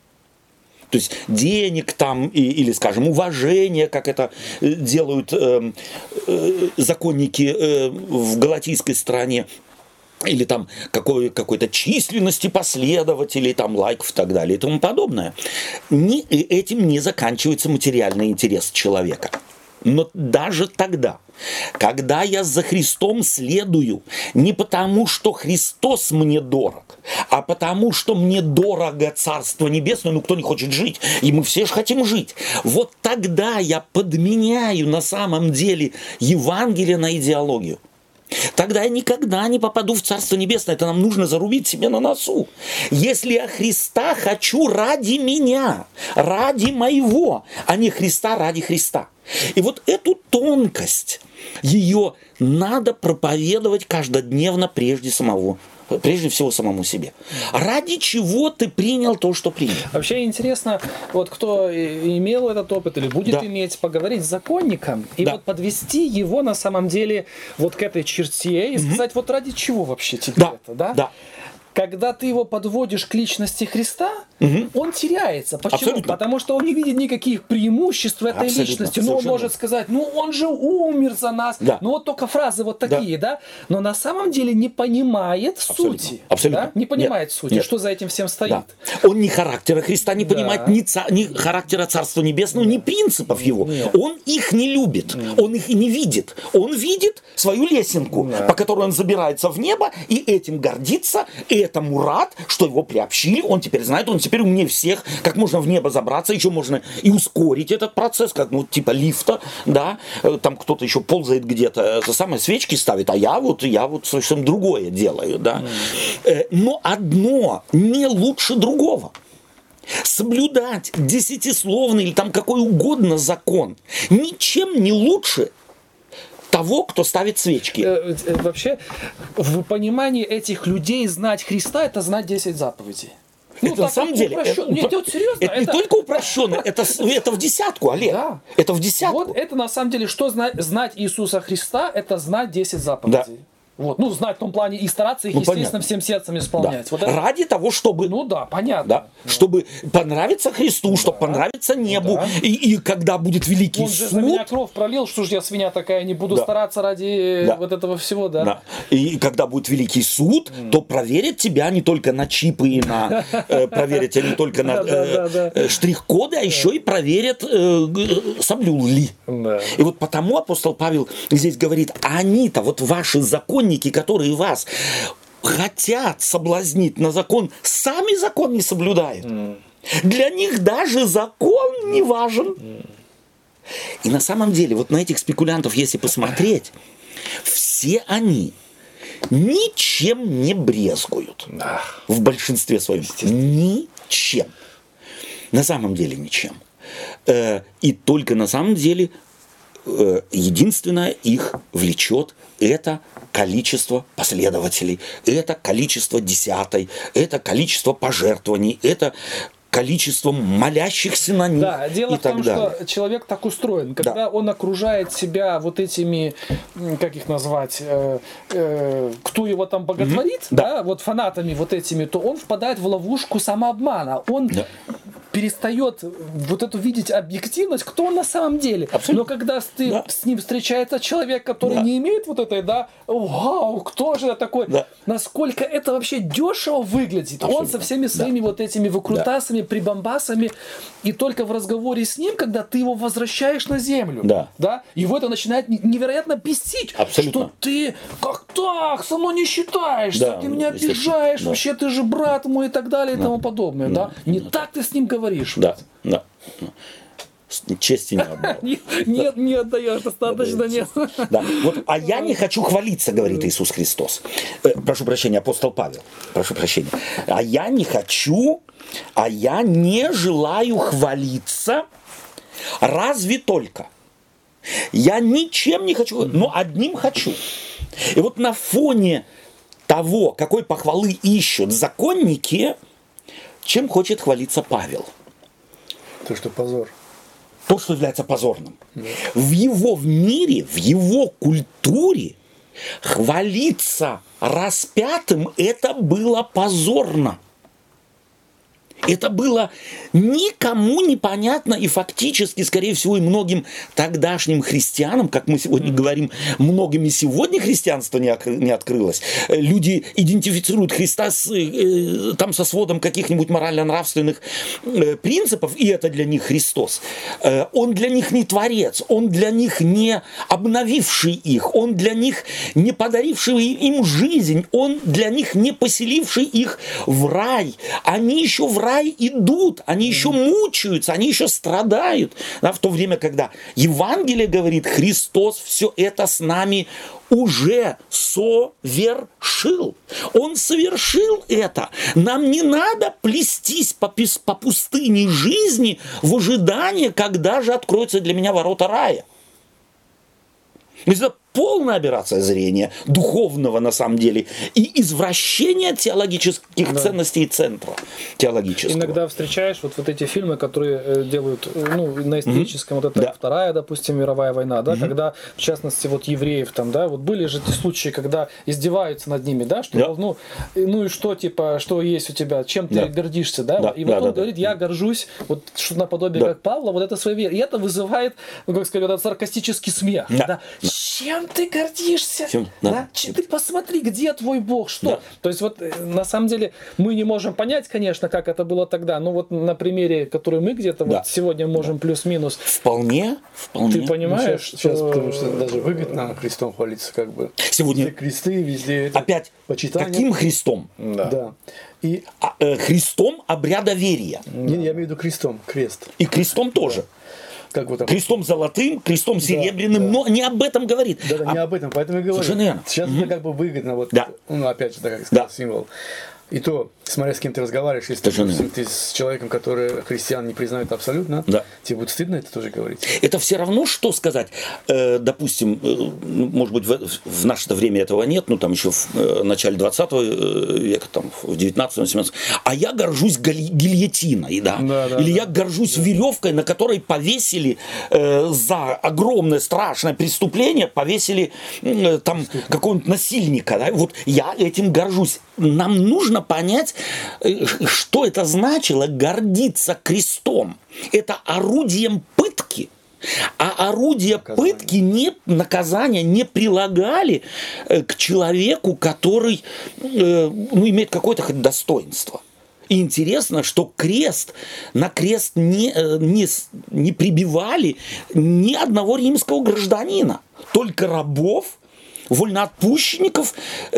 То есть денег там и, или, скажем, уважение, как это делают э, э, законники э, в галатийской стране, или там какой, какой-то численности последователей, там лайков и так далее и тому подобное. Не, этим не заканчивается материальный интерес человека. Но даже тогда, когда я за Христом следую, не потому, что Христос мне дорог, а потому, что мне дорого Царство Небесное, ну кто не хочет жить, и мы все же хотим жить. Вот тогда я подменяю на самом деле Евангелие на идеологию. Тогда я никогда не попаду в Царство Небесное. Это нам нужно зарубить себе на носу. Если я Христа хочу ради меня, ради моего, а не Христа ради Христа. И вот эту тонкость, ее надо проповедовать каждодневно прежде самого. Прежде всего самому себе. Ради чего ты принял то, что принял? Вообще интересно, вот кто имел этот опыт или будет да. иметь, поговорить с законником и да. вот подвести его на самом деле вот к этой черте и сказать, mm-hmm. вот ради чего вообще тебе да. это, да? Да. Когда ты его подводишь к личности Христа, угу. он теряется. Почему? Абсолютно. Потому что он не видит никаких преимуществ этой Абсолютно. личности. Но он может сказать, ну он же умер за нас. Да. Ну вот только фразы вот такие, да. да? Но на самом деле не понимает Абсолютно. сути. Абсолютно. Да? Не понимает Нет. сути, Нет. что за этим всем стоит. Да. Он ни характера Христа не да. понимает, ни, ца- ни характера Царства Небесного, да. ни принципов его. Нет. Он их не любит, Нет. он их и не видит. Он видит свою лесенку, да. по которой он забирается в небо, и этим гордится, и этому рад, что его приобщили, он теперь знает, он теперь умнее всех, как можно в небо забраться, еще можно и ускорить этот процесс, как ну типа лифта, да, там кто-то еще ползает где-то, это самое, свечки ставит, а я вот, я вот совсем другое делаю, да. Mm. Но одно не лучше другого. Соблюдать десятисловный или там какой угодно закон ничем не лучше того, кто ставит свечки. Вообще, в понимании этих людей знать Христа — это знать десять заповедей. Ну, это на самом деле, упрощен... это, Нет, вот серьезно, это, это не только упрощенно, это, это в десятку, Олег. Да. Это в десятку. Вот это на самом деле, что знать, знать Иисуса Христа, это знать десять заповедей. Вот. Ну, знать в том плане и стараться их, Ну, естественно, понятно. всем сердцем Да. исполнять. Вот это- Ради того, чтобы... Ну да, понятно. Да, чтобы понравиться Христу, чтобы понравиться небу. да. И, и когда будет великий Он же за меня суд, кровь пролил, что ж я свинья такая, не буду Да. стараться ради Да. вот этого всего, да? да, и когда будет великий суд, то проверят тебя не только на чипы и на... э, проверят тебя не только на Да, да, э, да, да. э, штрих-коды, а еще и проверят, э, г- соблюл ли. Да. И вот потому апостол Павел здесь говорит, а они-то, вот ваши законники, которые вас хотят соблазнить на закон, сами закон не соблюдают. Для них даже закон не важен. И на самом деле, вот на этих спекулянтов, если посмотреть, все они ничем не брезгуют. В большинстве своем. Ничем. На самом деле ничем. Э, И только на самом деле э, единственное их влечет это количество последователей, это количество десятой, это количество пожертвований, это количество молящихся на них Да, дело и в том, так далее. что человек так устроен. Когда Да. он окружает себя вот этими, м, как их назвать, э, э, кто его там боготворит, Да. да, вот фанатами вот этими, то он впадает в ловушку самообмана. Он Да. перестает вот эту видеть объективность, кто он на самом деле. Абсолютно. Но когда ты, Да. с ним встречается человек, который Да. не имеет вот этой, да, вау, кто же это такой, Да. насколько это вообще дешево выглядит. Он Абсолютно. со всеми своими вот этими выкрутасами, прибамбасами, и только в разговоре с ним, когда ты его возвращаешь на землю, Да. да, его это начинает не- невероятно бесить, Абсолютно. что ты как так со мной не считаешься, Да, ты меня естественно, обижаешь, да. вообще ты же брат мой и так далее и тому подобное, да, не да. так ты с ним говоришь. Да, да. С- Чести не отдал. Нет, нет, не отдаешь, достаточно нет. Да. Вот, а я не хочу хвалиться, говорит Иисус Христос. Э, прошу прощения, апостол Павел. Прошу прощения. А я не хочу, а я не желаю хвалиться, разве только. Я ничем не хочу, но одним хочу. И вот на фоне того, какой похвалы ищут законники, чем хочет хвалиться Павел? То, что позор. То, что является позорным. В его в мире, в его культуре хвалиться распятым это было позорно. Это было никому непонятно и фактически, скорее всего, и многим тогдашним христианам, как мы сегодня говорим, многими сегодня христианство не, окры- не открылось. Э, Люди идентифицируют Христа с, э, там со сводом каких-нибудь морально-нравственных э, принципов, и это для них Христос. Э, Он для них не творец, он для них не обновивший их, он для них не подаривший им жизнь, он для них не поселивший их в рай. Они еще в рай идут, они еще мучаются, они еще страдают. Да, в то время, когда Евангелие говорит, Христос все это с нами уже совершил. Он совершил это. Нам не надо плестись по, пис- по пустыне жизни в ожидании, когда же откроются для меня ворота рая. Это полная аберрация зрения, духовного на самом деле, и извращение теологических Да. ценностей и центра теологического. Иногда встречаешь вот, вот эти фильмы, которые э, делают э, ну, на историческом, вот это Да. Вторая, допустим, мировая война, да, когда, в частности, вот евреев там, да, вот были же эти случаи, когда издеваются над ними, да, что, Да. ну, и- ну и что, типа, что есть у тебя, чем ты Да. гордишься, да, Да, и вот да, он да, да. говорит, я горжусь, вот что наподобие Да. как Павла, вот это своей верой, и это вызывает, ну, как сказать, этот саркастический смех, Да. да. Чем ты гордишься? Чем? Да. Да. Ч- Ты посмотри, где твой Бог, что? Да. То есть вот э, на самом деле мы не можем понять, конечно, как это было тогда, но вот на примере, который мы где-то Да. вот сегодня можем плюс-минус, Вполне, вполне. ты понимаешь, Сейчас, сейчас, что- потому что даже выгодно Христом хвалиться, как бы. Сегодня Везде кресты, везде это, опять почитание. каким Христом? Да. И А, э, Христом обряда верия. не, я имею в виду крестом, крест. И крестом тоже. Как вот там. Крестом золотым, крестом серебряным, но не об этом говорит. Да, да, А не об этом, поэтому и говорю. Совершенно верно. Сейчас это как бы выгодно, вот, Да. ну, опять же, так как сказал, Да. символ. И то, смотря с кем ты разговариваешь, если ты, ты с человеком, который христиан не признает абсолютно, да. тебе будет стыдно это тоже говорить. Это все равно, что сказать, э, допустим, э, может быть, в, в наше время этого нет, ну там еще в э, начале двадцатого века, там, в девятнадцатом, семнадцатом, а я горжусь гильотиной, да? Да, да, или да. я горжусь да. веревкой, на которой повесили э, за огромное страшное преступление, повесили э, там какого-нибудь насильника, да? Вот я этим горжусь. Нам нужно понять, что это значило гордиться крестом. Это орудием пытки. А орудия наказание. пытки, не, наказания не прилагали к человеку, который э, ну, имеет какое-то хоть достоинство. И интересно, что крест, на крест не, не, не прибивали ни одного римского гражданина, только рабов, вольноотпущенников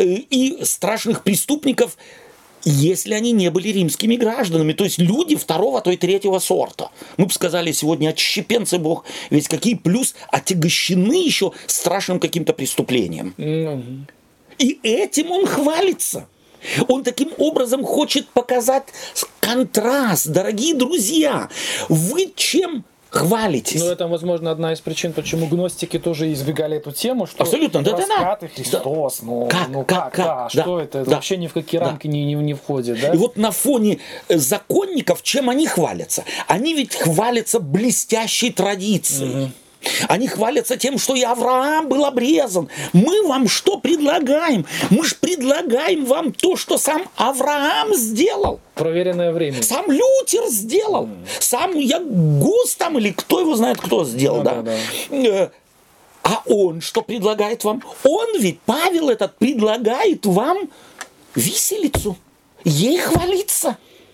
и страшных преступников, если они не были римскими гражданами, то есть люди второго, а то и третьего сорта. Мы бы сказали сегодня отщепенцы Бог, ведь какие плюс отягощены еще страшным каким-то преступлением. Mm-hmm. И этим он хвалится. Он таким образом хочет показать контраст, дорогие друзья. Вы чем хвалитесь? Ну, это, возможно, одна из причин, почему гностики тоже избегали эту тему, что абсолютно, да, распятый да, Христос, да. ну как, ну как, как, как да, да, что это, да, вообще ни в какие да. рамки не, не, не входит, да? И вот на фоне законников, чем они хвалятся? Они ведь хвалятся блестящей традицией. Угу. Они хвалятся тем, что и Авраам был обрезан. Мы вам что предлагаем? Мы же предлагаем вам то, что сам Авраам сделал. Проверенное время. Сам Лютер сделал. Mm. Сам Ягус там, или кто его знает, кто сделал. Ну, да? Да, да. А он что предлагает вам? Он ведь, Павел этот, предлагает вам виселицу. Ей хвалиться.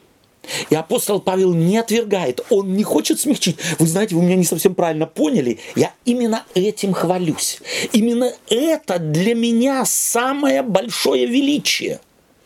И апостол Павел не отвергает, он не хочет смягчить. Вы знаете, вы меня не совсем правильно поняли. Я именно этим хвалюсь. Именно это для меня самое большое величие.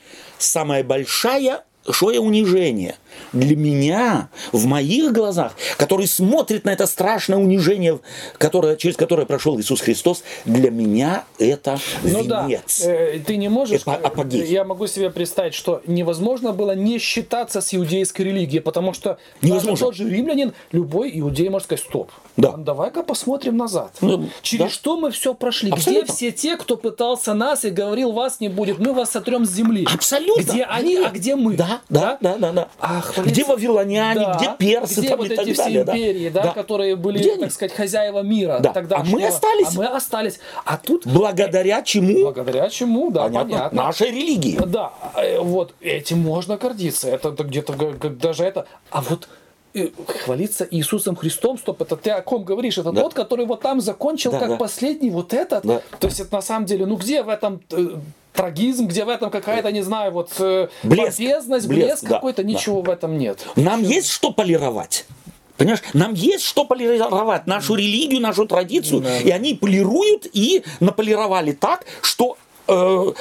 Самое большое унижение. Для меня, в моих глазах, который смотрит на это страшное унижение, которое, через которое прошел Иисус Христос, для меня это ну венец. Да. Э, ты не можешь... Это апогей. Я могу себе представить, что невозможно было не считаться с иудейской религией, потому что невозможно. Тот же римлянин, любой иудей может сказать, стоп, да. давай-ка посмотрим назад. Ну, через да. что мы все прошли? Абсолютно. Где все те, кто пытался нас и говорил, вас не будет, мы вас сотрем с земли? Абсолютно. Где они, а где мы? Да, да, да, да. да. А, где вавилоняне, да. где персы, где там, вот и так эти далее. все империи, да, да. которые были, где так сказать, хозяева мира. Да. Тогда а мы остались. А мы остались. А тут... Благодаря чему? Благодаря чему, да, понятно. понятно. Нашей религии. Да, вот этим можно гордиться. Это где-то даже это... А вот хвалиться Иисусом Христом, стоп, это ты о ком говоришь? Это да. тот, который вот там закончил да, как да. последний вот этот? Да. То есть это на самом деле, ну где в этом... трагизм, где в этом какая-то, не знаю, вот блеск, помпезность, блеск, блеск да, какой-то, ничего да. в этом нет. Нам есть что полировать. Понимаешь, нам есть что полировать, нашу религию, нашу традицию, да. и они полируют и наполировали так, что э,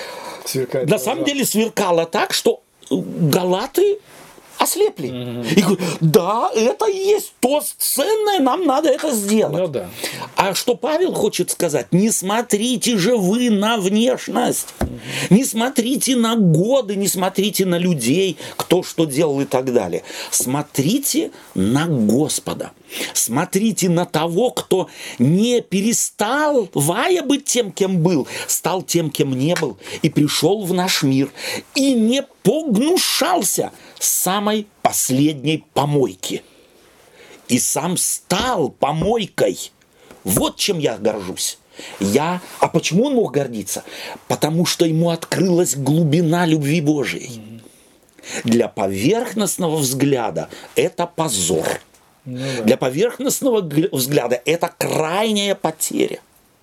на самом деле сверкало так, что галаты ослепли. Mm-hmm. И говорят, да, это и есть то ценное, нам надо это сделать. Ну, да. А что Павел хочет сказать? Не смотрите же вы на внешность, mm-hmm. не смотрите на годы, не смотрите на людей, кто что делал и так далее. Смотрите на Господа. Смотрите на того, кто не перестал, вая быть тем, кем был, стал тем, кем не был, и пришел в наш мир, и не погнушался самой последней помойки. И сам стал помойкой. Вот чем я горжусь. Я... А почему он мог гордиться? Потому что ему открылась глубина любви Божией. Для поверхностного взгляда это позор. Ну, да. Для поверхностного взгляда это крайняя потеря.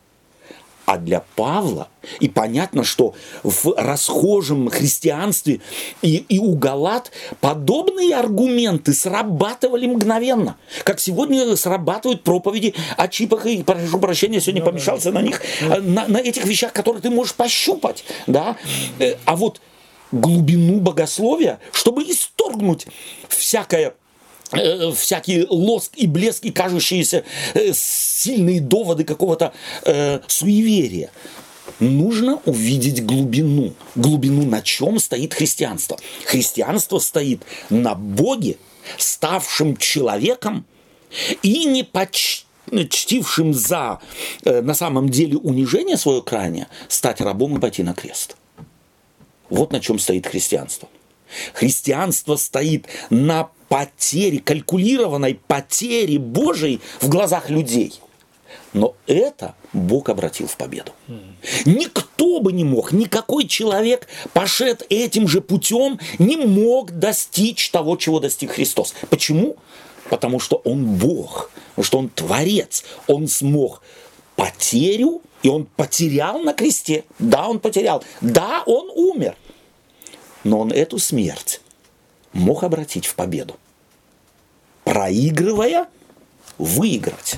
А для Павла, и понятно, что в расхожем христианстве и, и у галат подобные аргументы срабатывали мгновенно. Как сегодня срабатывают проповеди о чипах, и, прошу прощения, сегодня ну, помешался да. на них, на, на этих вещах, которые ты можешь пощупать. Да? А вот глубину богословия, чтобы исторгнуть всякое всякий лоск и блеск и кажущиеся э, сильные доводы какого-то э, суеверия. нужно увидеть глубину. Глубину, на чем стоит христианство. Христианство стоит на Боге, ставшим человеком и не почтившим за, э, на самом деле, унижение свое крайнее, стать рабом и пойти на крест. Вот на чем стоит христианство. Христианство стоит на потере, калькулированной потере Божией в глазах людей. Но это Бог обратил в победу. Никто бы не мог, никакой человек, пошед этим же путем, не мог достичь того, чего достиг Христос. Почему? Потому что Он Бог, потому что Он Творец. Он смог потерю, и Он потерял на кресте. Да, Он потерял. Да, Он умер. Но Он эту смерть мог обратить в победу. Проигрывая, выиграть.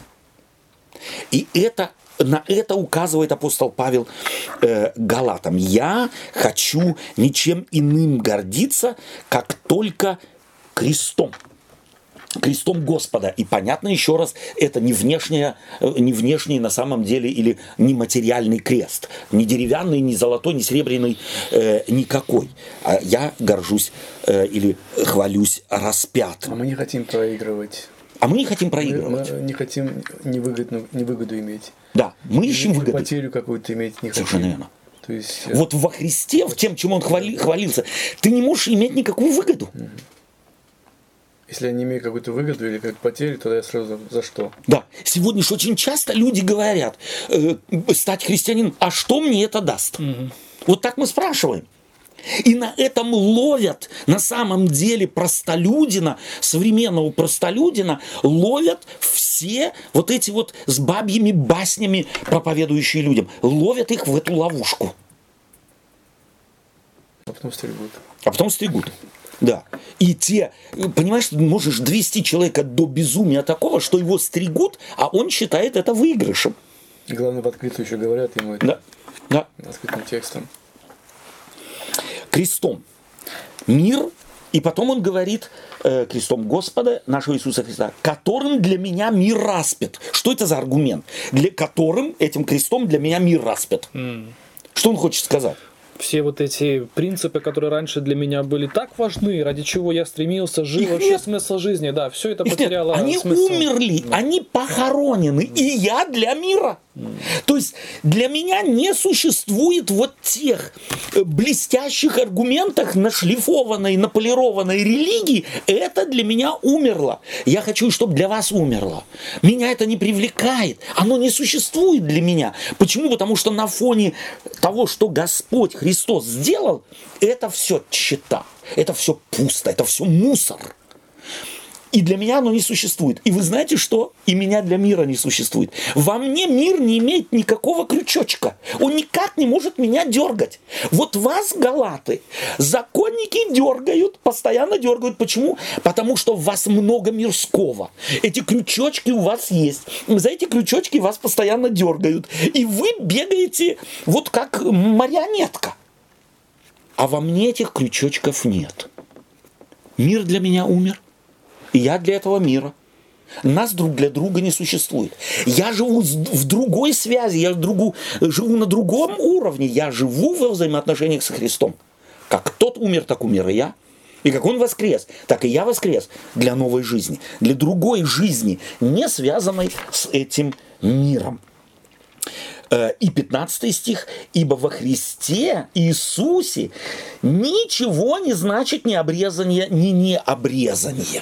И это, на это указывает апостол Павел э, Галатам. «Я хочу ничем иным гордиться, как только крестом». Крестом Господа. И понятно еще раз, это не, внешняя, не внешний на самом деле или не материальный крест. Не деревянный, не золотой, не серебряный, э, никакой. А я горжусь э, или хвалюсь распятым. А мы не хотим проигрывать. А мы не хотим проигрывать. Мы, мы не хотим невыгодную, невыгоду иметь. Да, мы ищем или выгоду. Потерю какую-то иметь не Совершенно хотим. верно. То есть, вот во Христе, в тем, чем Он хвали, хвалился, ты не можешь иметь никакую выгоду. Если я не имею какую-то выгоду или как потерю, тогда я сразу за что? Да. Сегодня же очень часто люди говорят, э, стать христианином, а что мне это даст? Угу. Вот так мы спрашиваем. И на этом ловят, на самом деле, простолюдина, современного простолюдина, ловят все вот эти вот с бабьими баснями проповедующие людям. Ловят их в эту ловушку. А потом стригут. А потом стригут. Да. И те, понимаешь, можешь довести человека до безумия такого, что его стригут, а он считает это выигрышем. И главное, в открытую еще говорят ему это. Да. Да. Открытым текстом. Крестом. Мир. И потом он говорит э, крестом Господа нашего Иисуса Христа, которым для меня мир распят. Что это за аргумент? Для которым, этим крестом для меня мир распят. Mm. Что он хочет сказать? Все вот эти принципы, которые раньше для меня были так важны, ради чего я стремился, жил, их вообще нет. Смысл жизни, да, все это их потеряло нет. Они смысл. умерли, да. Они похоронены, и я для мира. То есть для меня не существует вот тех блестящих аргументов нашлифованной, наполированной религии. Это для меня умерло. Я хочу, чтобы для вас умерло. Меня это не привлекает. Оно не существует для меня. Почему? Потому что на фоне того, что Господь Христос сделал, это все тщета. Это все пусто. Это все мусор. И для меня оно не существует. И вы знаете что? И меня для мира не существует. Во мне мир не имеет никакого крючочка. Он никак не может меня дергать. Вот вас, галаты, законники дергают, постоянно дергают. Почему? Потому что в вас много мирского. Эти крючочки у вас есть. За эти крючочки вас постоянно дергают. И вы бегаете вот как марионетка. А во мне этих крючочков нет. Мир для меня умер. И я для этого мира. Нас друг для друга не существует. Я живу в другой связи, я другу, живу на другом уровне. Я живу во взаимоотношениях со Христом. Как тот умер, так умер и я. И как он воскрес, так и я воскрес для новой жизни. Для другой жизни, не связанной с этим миром. И пятнадцатый стих. «Ибо во Христе Иисусе ничего не значит ни обрезание, ни необрезание».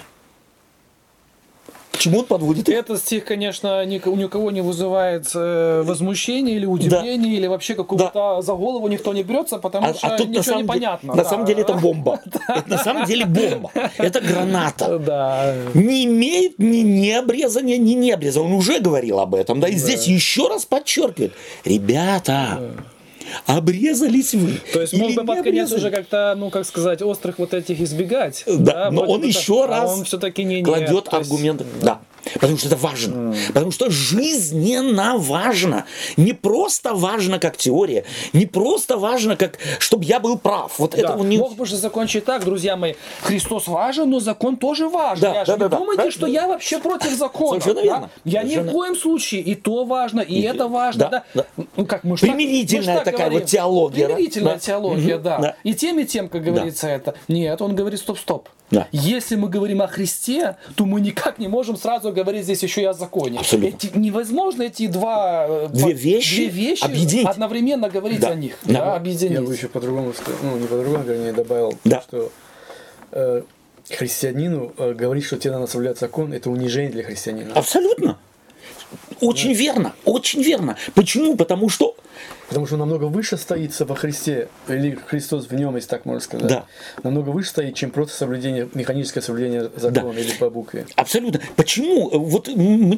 К чему он подводит? Этот стих, конечно, ни, у никого не вызывает э, возмущения или удивления, да. Или вообще какого-то да. За голову никто не берется, потому а, что а тут ничего не понятно. На да. самом деле это бомба. Это на самом деле бомба. Это граната. Да. Не имеет ни необрезания, ни необрезания. Он уже говорил об этом. Да, и да. здесь еще раз подчеркивает. Ребята... Да. Обрезались вы. То есть мог бы под конец уже как-то, ну как сказать, острых вот этих избегать. Да, да но он еще раз а он все-таки не, кладет нет, аргументы. Есть, да. Потому что это важно. Mm. Потому что жизненно важно. Не просто важно как теория, не просто важно, как чтобы я был прав. Вот да. это не... Мог бы же закончить так, друзья мои. Христос важен, но закон тоже важен. Да, я да, же да, не да, думайте, да, что да. я вообще против закона. Совершенно да? верно. Я Совершенно... ни в коем случае. И то важно, и, и это важно. Да, Да? Да. Ну, как мы Примирительная так, мы такая говорим. вот теология. Примирительная да? теология, угу. да. да. И тем, и тем, как говорится, да. это. Нет, он говорит стоп-стоп. Да. Если мы говорим о Христе, то мы никак не можем сразу говорить здесь еще и о законе. Абсолютно. Эти, невозможно эти два, две вещи, две вещи объединить. одновременно говорить да. о них. Да. Да, объединить. Я бы еще по-другому сказал, ну не по-другому, вернее, добавил, да. что э, христианину э, говорить, что тебе надо соблюдать закон, это унижение для христианина. Абсолютно. Очень да. верно, очень верно. Почему? Потому что... Потому что он намного выше стоит во Христе, или Христос в нем, если так можно сказать. Да. Намного выше стоит, чем просто соблюдение, механическое соблюдение закона да. или по букве. Абсолютно. Почему? Вот э,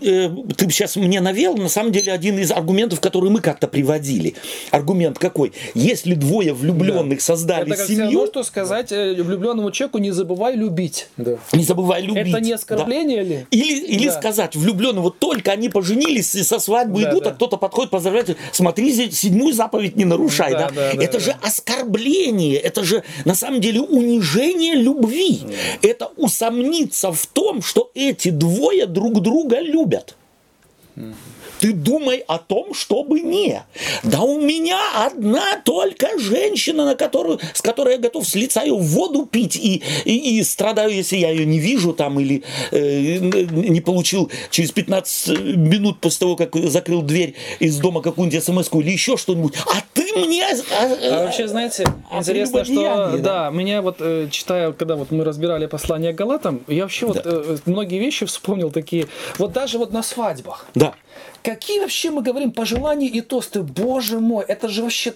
ты сейчас мне навел, на самом деле, один из аргументов, который мы как-то приводили. Аргумент какой? Если двое влюбленных да. создали это как семью... Это что сказать влюбленному человеку, не забывай любить. Да. Не забывай любить. Это не оскорбление да. ли? Или, или да. сказать влюбленному, вот только они поженились и со свадьбы да, идут, да. а кто-то подходит, поздравляет, смотри, седьмую заповедь не нарушай. Да, да? Да, это да, же да. оскорбление, это же на самом деле унижение любви. Mm. Это усомниться в том, что эти двое друг друга любят. Mm. Ты думай о том, чтобы не. Да у меня одна только женщина, на которую, с которой я готов с лица ее воду пить и, и, и страдаю, если я ее не вижу там или э, не получил через пятнадцать минут после того, как закрыл дверь из дома какую-нибудь смс-ку или еще что-нибудь. А ты мне... А, а вообще, знаете, а интересно, что... Да, да, меня вот, э, читая, когда вот мы разбирали послание к Галатам, я вообще да. вот э, многие вещи вспомнил такие. Вот даже вот на свадьбах. Да. Какие вообще мы говорим пожелания и тосты? Боже мой, это же вообще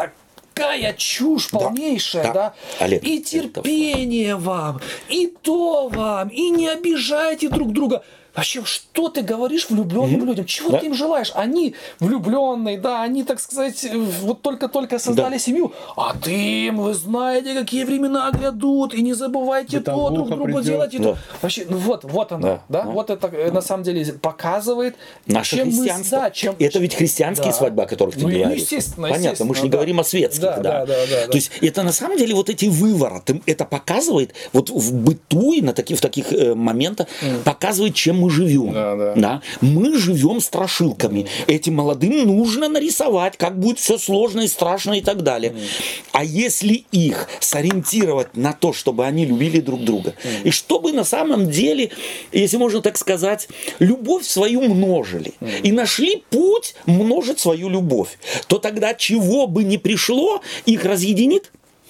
такая чушь полнейшая, да? да? Олег, и терпение вам, и то вам, и не обижайте друг друга. Вообще, что ты говоришь влюбленным mm-hmm. людям? Чего да. ты им желаешь? Они влюбленные, да, они, так сказать, вот только-только создали да. семью. А ты им, вы знаете, какие времена грядут, и не забывайте да то, друг другу делать. И да. то. Вообще, ну вот, вот она, да. Да? Да. Вот это на самом деле показывает, наше чем христианство. Мы, да, чем... Это ведь христианские да. свадьбы, о которых ты ну, говоришь. Естественно, Понятно, естественно, мы же не да. говорим о светских. Да, да. Да, да, да, то есть это на самом деле вот эти вывороты, это показывает, вот в быту и на таких, в таких э, моментах, mm. показывает, чем мы живем. Да, да. Да? Мы живем страшилками. Этим молодым нужно нарисовать, как будет все сложно и страшно и так далее. Mm. А если их сориентировать на то, чтобы они любили друг друга, mm. и чтобы на самом деле, если можно так сказать, любовь свою множили, mm. и нашли путь множить свою любовь, то тогда чего бы ни пришло, их разъединит,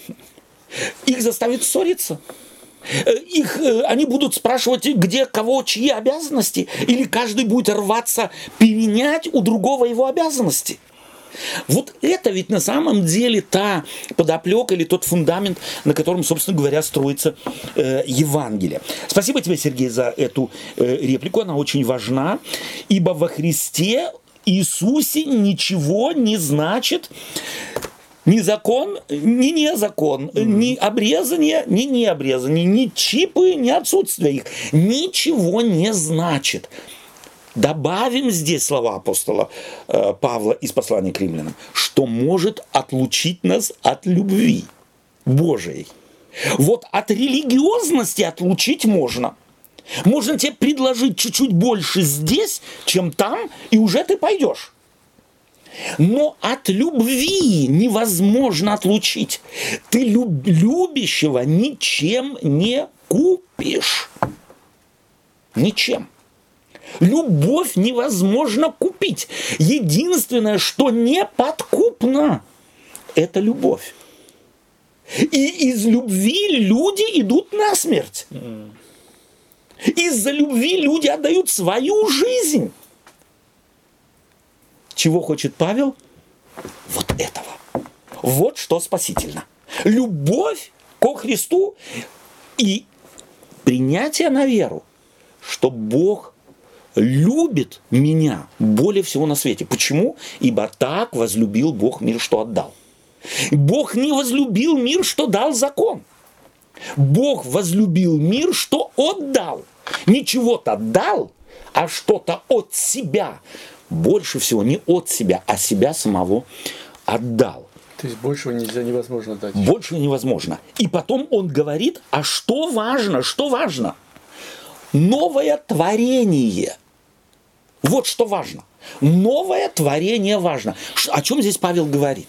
их заставит ссориться. Их, они будут спрашивать, где кого, чьи обязанности, или каждый будет рваться перенять у другого его обязанности. Вот это ведь на самом деле та подоплека или тот фундамент, на котором, собственно говоря, строится э, Евангелие. Спасибо тебе, Сергей, за эту э, реплику, она очень важна, ибо во Христе Иисусе ничего не значит ни закон, ни не закон, mm-hmm. ни обрезание, ни не обрезание, ни чипы, ни отсутствие их. Ничего не значит. Добавим здесь слова апостола э, Павла из послания к римлянам, что может отлучить нас от любви Божией. Вот от религиозности отлучить можно. Можно тебе предложить чуть-чуть больше здесь, чем там, и уже ты пойдешь. Но от любви невозможно отлучить. Ты люб- любящего ничем не купишь. Ничем. Любовь невозможно купить. Единственное, что неподкупно, это любовь. И из любви люди идут на смерть. Из-за любви люди отдают свою жизнь. Чего хочет Павел? Вот этого. Вот что спасительно. Любовь ко Христу и принятие на веру, что Бог любит меня более всего на свете. Почему? Ибо так возлюбил Бог мир, что отдал. Бог не возлюбил мир, что дал закон. Бог возлюбил мир, что отдал. Не чего-то дал, а что-то от себя, больше всего не от себя, а себя самого отдал. То есть большего нельзя, невозможно дать. Больше невозможно. И потом он говорит, а что важно, что важно? Новое творение. Вот что важно. Новое творение важно. О чем здесь Павел говорит?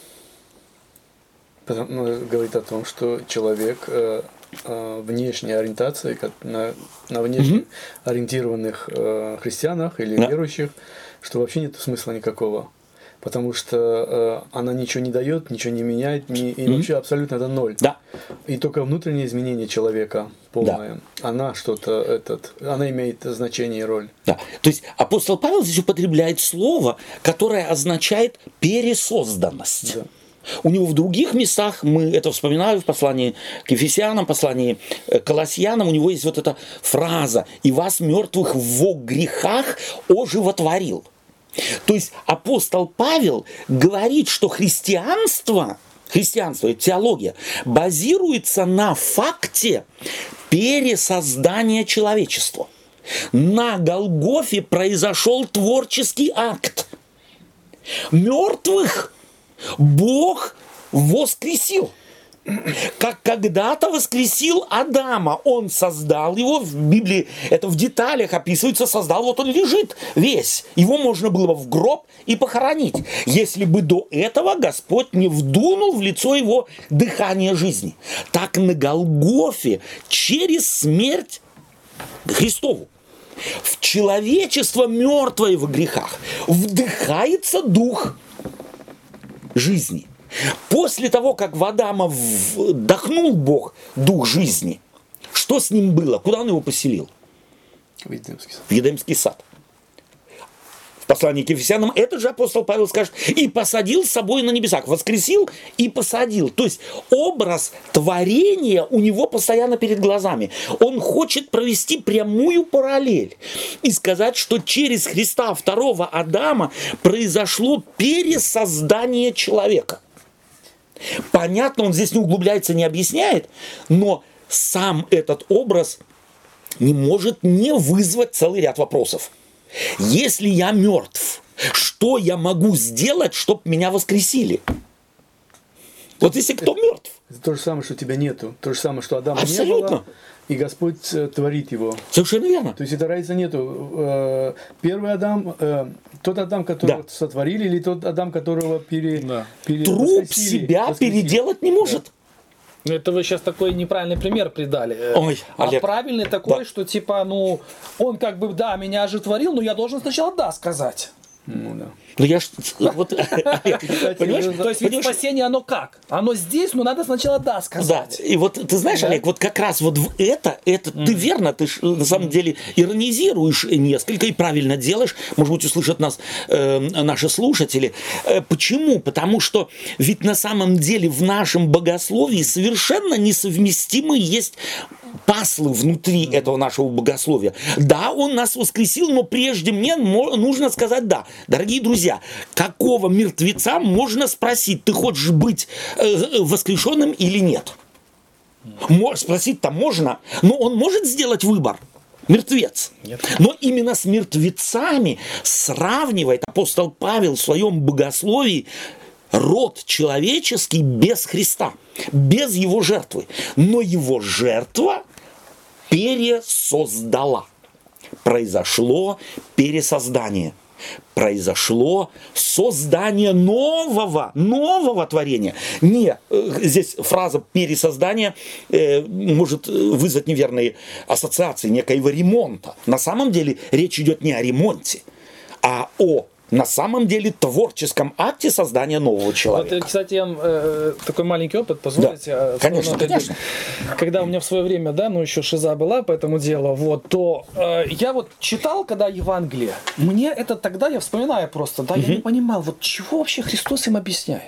Потому, говорит о том, что человек э, э, внешней ориентации, как на, на внешне угу. ориентированных э, христианах или да. верующих, что вообще нет смысла никакого. Потому что э, она ничего не дает, ничего не меняет, не, и mm-hmm. вообще абсолютно это ноль. Да. И только внутреннее изменение человека полное, да. она что-то, этот, она имеет значение и роль. Да. То есть апостол Павел здесь употребляет слово, которое означает пересозданность. Да. У него в других местах, мы это вспоминаем в послании к Ефесянам, послании к Колоссянам, у него есть вот эта фраза «И вас, мертвых во грехах, оживотворил». То есть апостол Павел говорит, что христианство, христианство и теология базируется на факте пересоздания человечества. На Голгофе произошел творческий акт. Мертвых Бог воскресил. Как когда-то воскресил Адама, он создал его, в Библии это в деталях описывается, создал, вот он лежит весь, его можно было бы в гроб и похоронить, если бы до этого Господь не вдунул в лицо его дыхание жизни. Так на Голгофе через смерть Христову в человечество, мертвое в грехах, вдыхается дух жизни. После того, как в Адама вдохнул Бог дух жизни, что с ним было? Куда он его поселил? В Едемский сад. В Едемский сад. В послании к Ефесянам этот же апостол Павел скажет, и посадил с собой на небесах. Воскресил и посадил. То есть образ творения у него постоянно перед глазами. Он хочет провести прямую параллель и сказать, что через Христа, второго Адама, произошло пересоздание человека. Понятно, он здесь не углубляется, не объясняет, но сам этот образ не может не вызвать целый ряд вопросов. Если я мертв, что я могу сделать, чтобы меня воскресили? Вот если кто мертв. Это то же самое, что тебя нету. То же самое, что Адама Абсолютно. не было, и Господь творит его. Совершенно верно. То есть это разницы нету. Первый Адам, тот Адам, которого да. сотворили, или тот Адам, которого пере, да. пере, Труп себя воскресили. Переделать не может. Да. Это вы сейчас такой неправильный пример придали. Ой, а Олег. правильный такой, да. что типа, ну, он как бы, да, меня оживотворил, но я должен сначала да сказать. Ну да. Ну я ж, вот, понимаешь, то есть ведь спасение оно как? Оно здесь, но надо сначала да сказать. Да, и вот ты знаешь, да. Олег, вот как раз вот в это, это mm. ты верно, ты ж, на самом деле иронизируешь несколько и правильно делаешь, может быть, услышат нас э, наши слушатели. Э, почему? Потому что ведь на самом деле в нашем богословии совершенно несовместимые есть паслы внутри этого нашего богословия. Да, он нас воскресил, но прежде мне нужно сказать да. Дорогие друзья, какого мертвеца можно спросить, ты хочешь быть э, воскрешенным или нет? Спросить-то можно, но он может сделать выбор. Мертвец. Нет. Но именно с мертвецами сравнивает апостол Павел в своем богословии род человеческий без Христа, без его жертвы. Но его жертва пересоздала. Произошло пересоздание. Произошло создание нового, нового творения. Не, здесь фраза пересоздание э, может вызвать неверные ассоциации некоего ремонта. На самом деле речь идет не о ремонте, а о на самом деле творческом акте создания нового человека. Вот, кстати, я э, такой маленький опыт, позволите? Да, конечно, конечно. Когда у меня в свое время, да, ну еще шиза была по этому делу, вот, то э, я вот читал, когда Евангелие, мне это тогда, я вспоминаю просто, да, угу. я не понимал, вот чего вообще Христос им объясняет.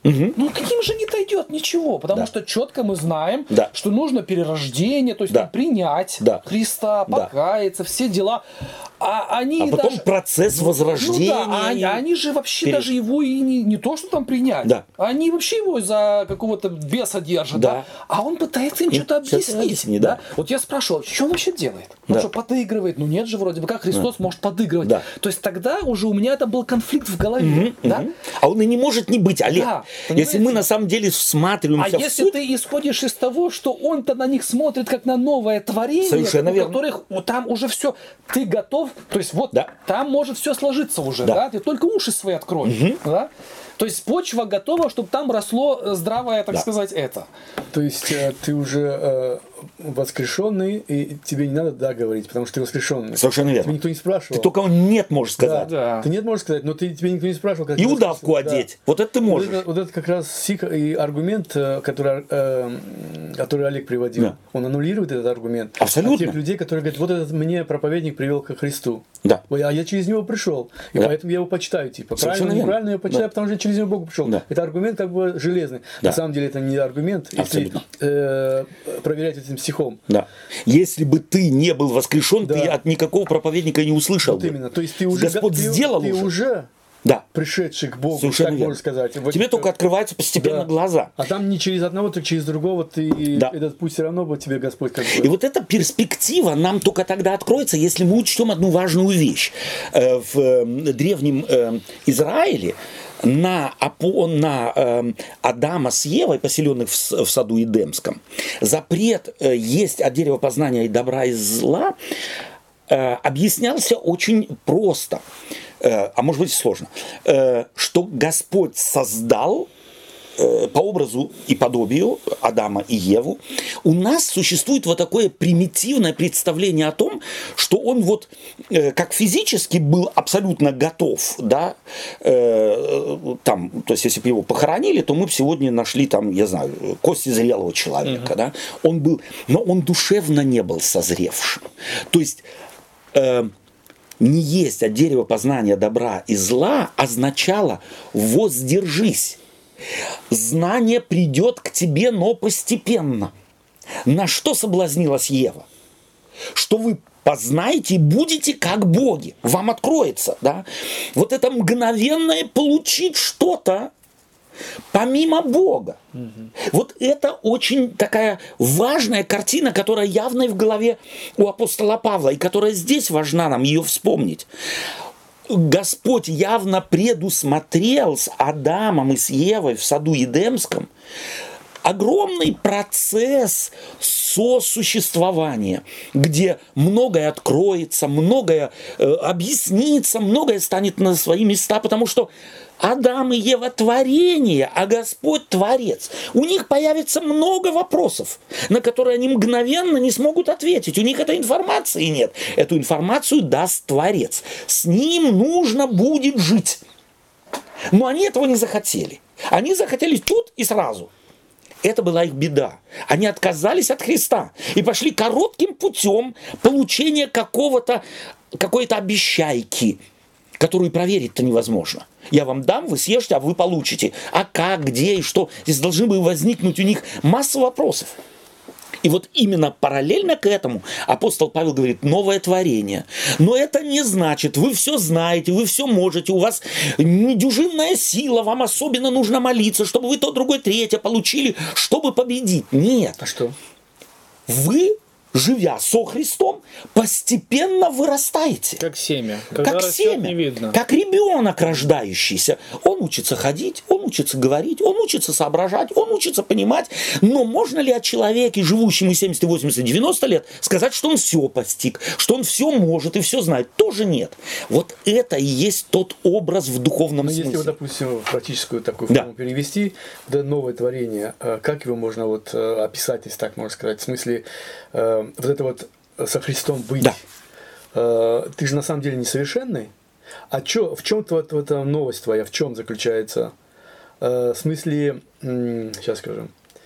Угу. Ну, каким же не дойдет ничего, потому Да. что четко мы знаем, Да. что нужно перерождение, то есть Да. принять Да. Христа, Да. покаяться, все дела. А они А потом даже... процесс возрождения. Ну да, а они, они же вообще Пере- даже его и не, не то, что там принять. Да. Они вообще его за какого-то беса держат, Да. да. А он пытается им Ну, что-то сейчас объяснить. объясни, да. да. Вот я спрашивал, что он вообще делает? Он Да. что, подыгрывает? Ну нет же, вроде бы, как Христос может подыгрывать? Да. То есть тогда уже у меня это был конфликт в голове. Мгм, да? мгм. А он и не может не быть, Олег. Да, Если понимаете? мы на самом деле А всматриваемся в если суть, ты исходишь из того, что он-то на них смотрит как на новое творение, Совершенно у верно. которых вот там уже все, ты готов, то есть вот Да. там может все сложиться уже, да. Да. ты только уши свои откроешь, да? То есть почва готова, чтобы там росло э, здравое, так Да. сказать, это. То есть э, ты уже э, воскрешенный, и тебе не надо да говорить, потому что ты воскрешенный. совершенно Тебя верно. никто не спрашивал. Ты только нет можешь сказать. Да. Ты нет можешь сказать, но ты, тебе никто не спрашивал. Как И ты удавку воскресен. Да. одеть. Вот это ты Вот можешь. это, вот это как раз сик- и аргумент, э, который, э, который Олег приводил. Да. Он аннулирует этот аргумент. Абсолютно. А тех людей, которые говорят, вот этот мне проповедник привел ко Христу. Да. Ой, а я через него пришел. И Да. поэтому я его почитаю. Типа, Совершенно правильно, верно. неправильно я почитаю, Да. потому что я через него к Богу пришел. Да. Это аргумент как бы железный. Да. На самом деле это не аргумент, если Абсолютно. э, проверять этим стихом. Да. Если бы ты не был воскрешен, Да. ты от никакого проповедника не услышал Вот бы. именно. То есть ты уже, Господь ты, сделал ты уже. уже Да. пришедший к Богу, Совершенно так верно. можно сказать. Вот Тебе это- только открываются постепенно Да. глаза. А там не через одного, так через другого ты Да. этот путь все равно вот тебе Господь как И бы. вот эта перспектива нам только тогда откроется, если мы учтем одну важную вещь. Э, В э, древнем э, Израиле на, опо- на э, Адама с Евой, поселенных в, с- в саду Эдемском, запрет э, есть от дерева познания и добра и зла э, объяснялся очень просто, э, а может быть и сложно, э, что Господь создал э, по образу и подобию Адама и Еву. У нас существует вот такое примитивное представление о том, что он вот э, как физически был абсолютно готов, да, э, там, то есть если бы его похоронили, то мы бы сегодня нашли там, я знаю, кости зрелого человека, да, он был, но он душевно не был созревшим. То есть э, не есть от дерева познания добра и зла означало воздержись. Знание придет к тебе, но постепенно. На что соблазнилась Ева? Что вы познаете и будете как боги. Вам откроется, да? Вот это мгновенное получить что-то помимо Бога. Угу. Вот это очень такая важная картина, которая явно и в голове у апостола Павла, и которая здесь важна нам ее вспомнить. Господь явно предусмотрел с Адамом и с Евой в саду Эдемском огромный процесс сосуществования, где многое откроется, многое э, объяснится, многое станет на свои места, потому что Адам и Ева творение, а Господь творец. У них появится много вопросов, на которые они мгновенно не смогут ответить. У них этой информации нет. Эту информацию даст Творец. С ним нужно будет жить. Но они этого не захотели. Они захотели тут и сразу. Это была их беда. Они отказались от Христа и пошли коротким путем получения какого-то, какой-то обещайки, которую проверить-то невозможно. Я вам дам, вы съешьте, а вы получите. А как, где и что? Здесь должны были возникнуть у них масса вопросов. И вот именно параллельно к этому апостол Павел говорит, новое творение. Но это не значит, вы все знаете, вы все можете, у вас недюжинная сила, вам особенно нужно молиться, чтобы вы то, другое, третье получили, чтобы победить. Нет. А что? Вы, живя со Христом, постепенно вырастаете. Как семя. Когда Как растет, семя, не видно. как ребенок рождающийся. Он учится ходить, он учится говорить, он учится соображать, он учится понимать. Но можно ли о человеке, живущем и семьдесят, восемьдесят, девяносто лет, сказать, что он все постиг, что он все может и все знает? Тоже нет. Вот это и есть тот образ в духовном Ну, смысле. если, вот, допустим, в практическую такую Да. форму перевести, да, новое творение, э, как его можно вот э, описать, если так можно сказать? В смысле, э, вот это вот со Христом быть. Да. Э, ты же на самом деле несовершенный. А чё, в чем вот эта новость твоя, в чем заключается? Э, в смысле, м, сейчас скажем.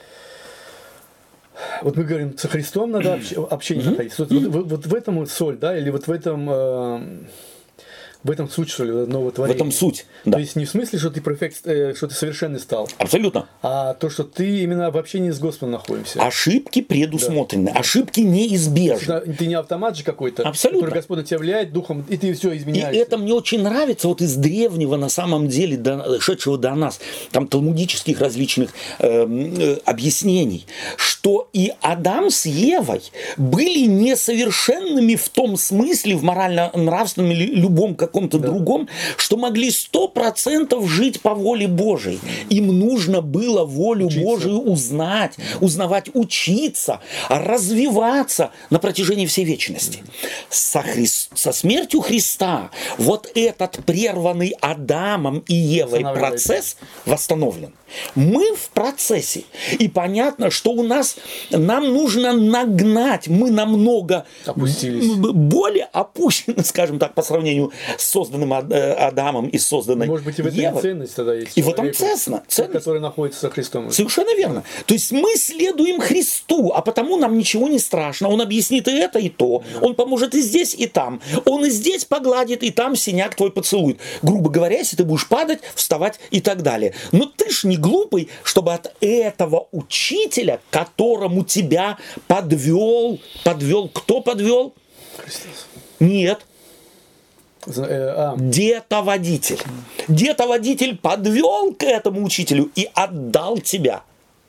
Вот мы говорим, со Христом надо общ- общение находить. Вот, вот, вот, вот в этом вот соль, да, или вот в этом, э, В этом суть, что ли, В новотворение? этом суть, То да. есть не в смысле, что ты перфект, э, что ты совершенный стал, Абсолютно. а то, что ты именно в общении с Господом находимся. Ошибки предусмотрены, ошибки неизбежны. Да, ты не автомат же какой-то, Абсолютно. который Господь на тебя влияет духом, и ты все И изменяешься. это мне очень нравится вот из древнего, на самом деле, дошедшего до нас, там, талмудических различных э, э, объяснений, что и Адам с Евой были несовершенными в том смысле, в морально-нравственном или любом каком-то Да. другом, что могли сто процентов жить по воле Божией. Им нужно было волю Учиться. Божию узнать, узнавать, учиться, развиваться на протяжении всей вечности. Со, Хри- со смертью Христа вот этот прерванный Адамом и Евой Восстанавливается. процесс восстановлен. Мы в процессе. И понятно, что у нас, нам нужно нагнать, мы намного Опустились. б- более опущены, скажем так, по сравнению с созданным Ад- э, Адамом и созданной Может быть, и в этом Евой. ценность тогда есть. И в этом человеку, ценность, ценность. который находится со Христом. Совершенно верно. То есть мы следуем Христу, а потому нам ничего не страшно. Он объяснит и это, и то. Он поможет и здесь, и там. Он и здесь погладит, и там синяк твой поцелует. Грубо говоря, если ты будешь падать, вставать и так далее. Но ты ж не глупый, чтобы от этого учителя, которому тебя подвел, подвел, кто подвел? Христос. Нет. За- э, а, Детоводитель. Детоводитель подвел к этому учителю и отдал тебя.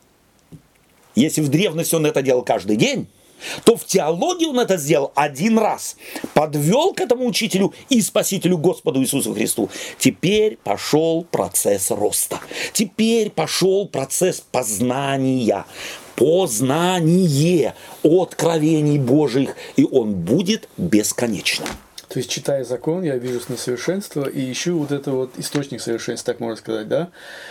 Если в древности он это делал каждый день, то в теологии он это сделал один раз. Подвел к этому учителю и спасителю Господу Иисусу Христу. Теперь пошел процесс роста. Теперь пошел процесс познания. Познание откровений Божьих. И он будет бесконечным. То есть, читая закон, я вижу несовершенство и ищу вот это вот источник совершенства, так можно сказать, да?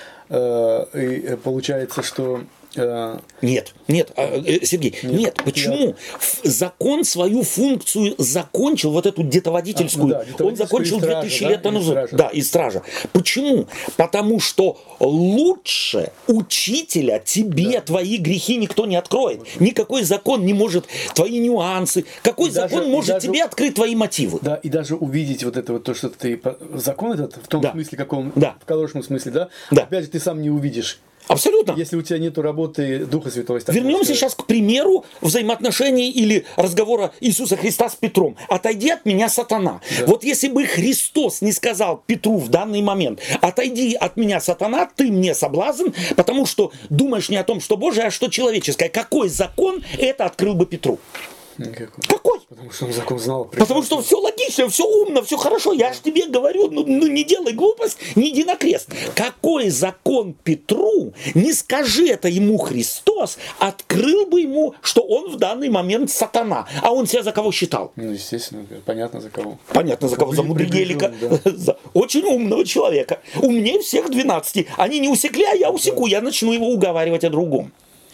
Э, И получается, что э, Нет, нет, а, э, Сергей, нет. Нет, Почему? Ф- Закон свою функцию закончил, вот эту детоводительскую, А, ну да, он детоводительскую закончил и стража, две тысячи да, лет и назад. стража. Да, и стража. Почему? Потому что лучше учителя тебе Да. твои грехи никто не откроет. Никакой закон не может твои нюансы. Какой И даже- закон и может даже- тебе открыть твои мотивы? да, и даже увидеть вот это вот то, что ты по- закон этот в том Да. смысле, каком Да. в хорошем смысле, да? Да. Опять же, ты сам не увидишь, Абсолютно. если у тебя нету работы Духа Святого. если так можно Вернемся сказать. сейчас к примеру взаимоотношений или разговора Иисуса Христа с Петром. «Отойди от меня, сатана». Вот если бы Христос не сказал Петру в данный момент: «Отойди от меня, сатана, ты мне соблазн, потому что думаешь не о том, что Божие, а что человеческое». Какой закон это открыл бы Петру? Никакой. Какой? Потому что он закон знал. Потому что все логично, все умно, все хорошо. Я ж тебе говорю, ну, ну не делай глупость, не иди на крест. Какой закон Петру, не скажи это ему Христос, открыл бы ему, что он в данный момент сатана. А он себя за кого считал? Ну, естественно, понятно за кого. Понятно, за кого? За мудригелика. За очень умного человека. Умнее всех двенадцати. Они не усекли, а я усеку. Я начну его уговаривать о другом.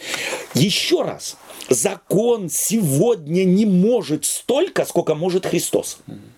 Еще раз. Закон сегодня не может столько, сколько может Христос.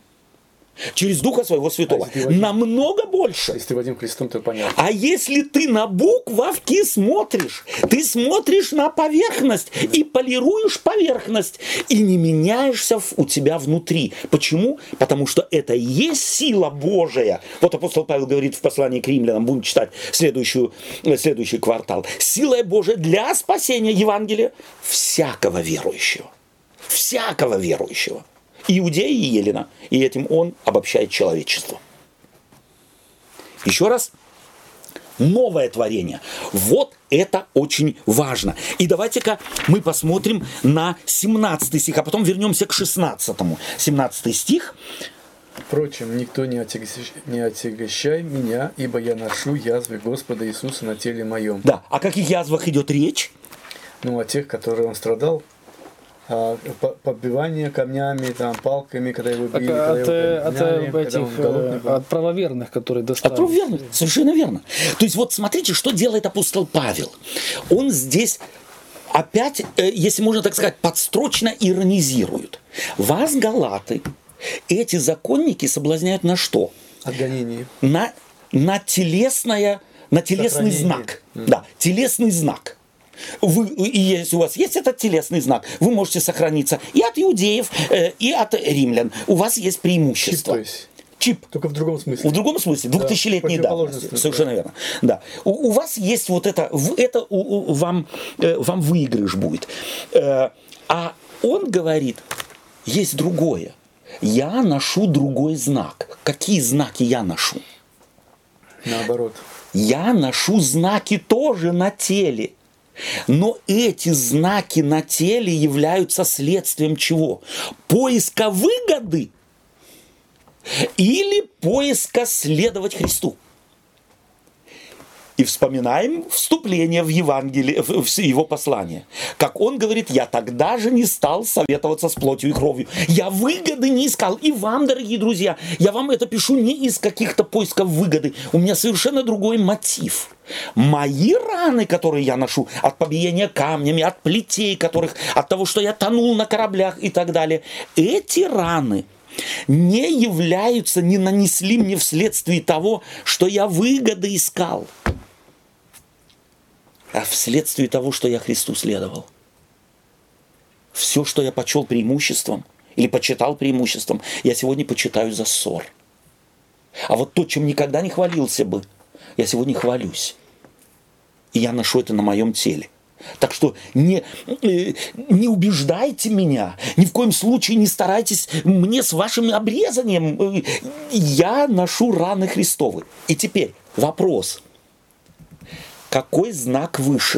Через Духа Своего Святого. А если ты Вадим? Намного больше. Если ты Вадим Христом, то понятно. А если ты на буковки смотришь, ты смотришь на поверхность и полируешь поверхность, и не меняешься в- у тебя внутри. Почему? Потому что это и есть сила Божия. Вот апостол Павел говорит в послании к римлянам, будем читать следующую, э, следующий квартал. Сила Божия для спасения Евангелия всякого верующего. Всякого верующего. Иудея и еллина. И этим он обобщает человечество. Еще раз. Новое творение. Вот это очень важно. И давайте-ка мы посмотрим на семнадцатый стих, а потом вернемся к шестнадцатому. семнадцатый стих. Впрочем, никто не, отягощ... не отягощай меня, ибо я ношу язвы Господа Иисуса на теле моем. Да, о каких язвах идет речь? Ну, о тех, которые он страдал. А, по- побивание камнями, там, палками, когда его От, били, когда от, его э, от, гоняли, э, когда этих, он голодный э, был. от правоверных, которые достали. От верно, совершенно верно. То есть вот смотрите, что делает апостол Павел. Он здесь опять, э, если можно так сказать, подстрочно иронизирует. Вас, галаты, эти законники соблазняют на что? Отгонение. На, на, телесное, на телесный Сохранение. знак. Да, телесный знак. Вы, и если у вас есть этот телесный знак, вы можете сохраниться и от иудеев, э, и от римлян. У вас есть Щит, преимущество. то есть. чип. Только в другом смысле. В другом смысле, двухтысячелетней Да, давности. Совершенно верно. Да. У, у вас есть вот это, это у, у, вам, э, вам выигрыш будет. Э, а он говорит, есть другое. Я ношу другой знак. Какие знаки я ношу? Наоборот. Я ношу знаки тоже на теле. Но эти знаки на теле являются следствием чего? Поиска выгоды или поиска следовать Христу. И вспоминаем вступление в Евангелие, в его послание. Как он говорит, я тогда же не стал советоваться с плотью и кровью. Я выгоды не искал. И вам, дорогие друзья, я вам это пишу не из каких-то поисков выгоды. У меня совершенно другой мотив. Мои раны, которые я ношу от побиения камнями, от плетей, которых, от того, что я тонул на кораблях и так далее, эти раны не являются, не нанесли мне вследствие того, что я выгоды искал, а вследствие того, что я Христу следовал. Все, что я почел преимуществом или почитал преимуществом, я сегодня почитаю за ссор. А вот то, чем никогда не хвалился бы, я сегодня хвалюсь. И я ношу это на моем теле. Так что не, не убеждайте меня, ни в коем случае не старайтесь мне с вашим обрезанием. Я ношу раны Христовы. И теперь вопрос. Какой знак выше?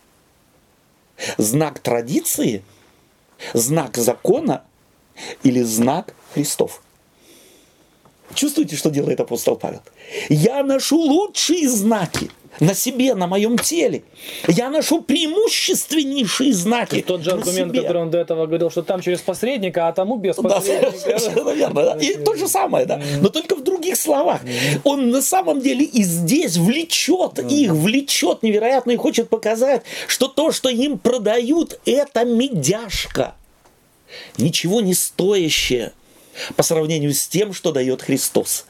Знак традиции? Знак закона? Или знак Христов? Чувствуете, что делает апостол Павел? Я ношу лучшие знаки на себе, на моем теле. Я ношу преимущественнейшие знаки. Тот же аргумент, себе. Который он до этого говорил, что там через посредника, а тому без посредника. Да, совершенно верно. Да. И то же самое, да. Но только в других словах. Он на самом деле и здесь влечет их, влечет невероятно и хочет показать, что то, что им продают, это медяшка. Ничего не стоящее по сравнению с тем, что дает Христос.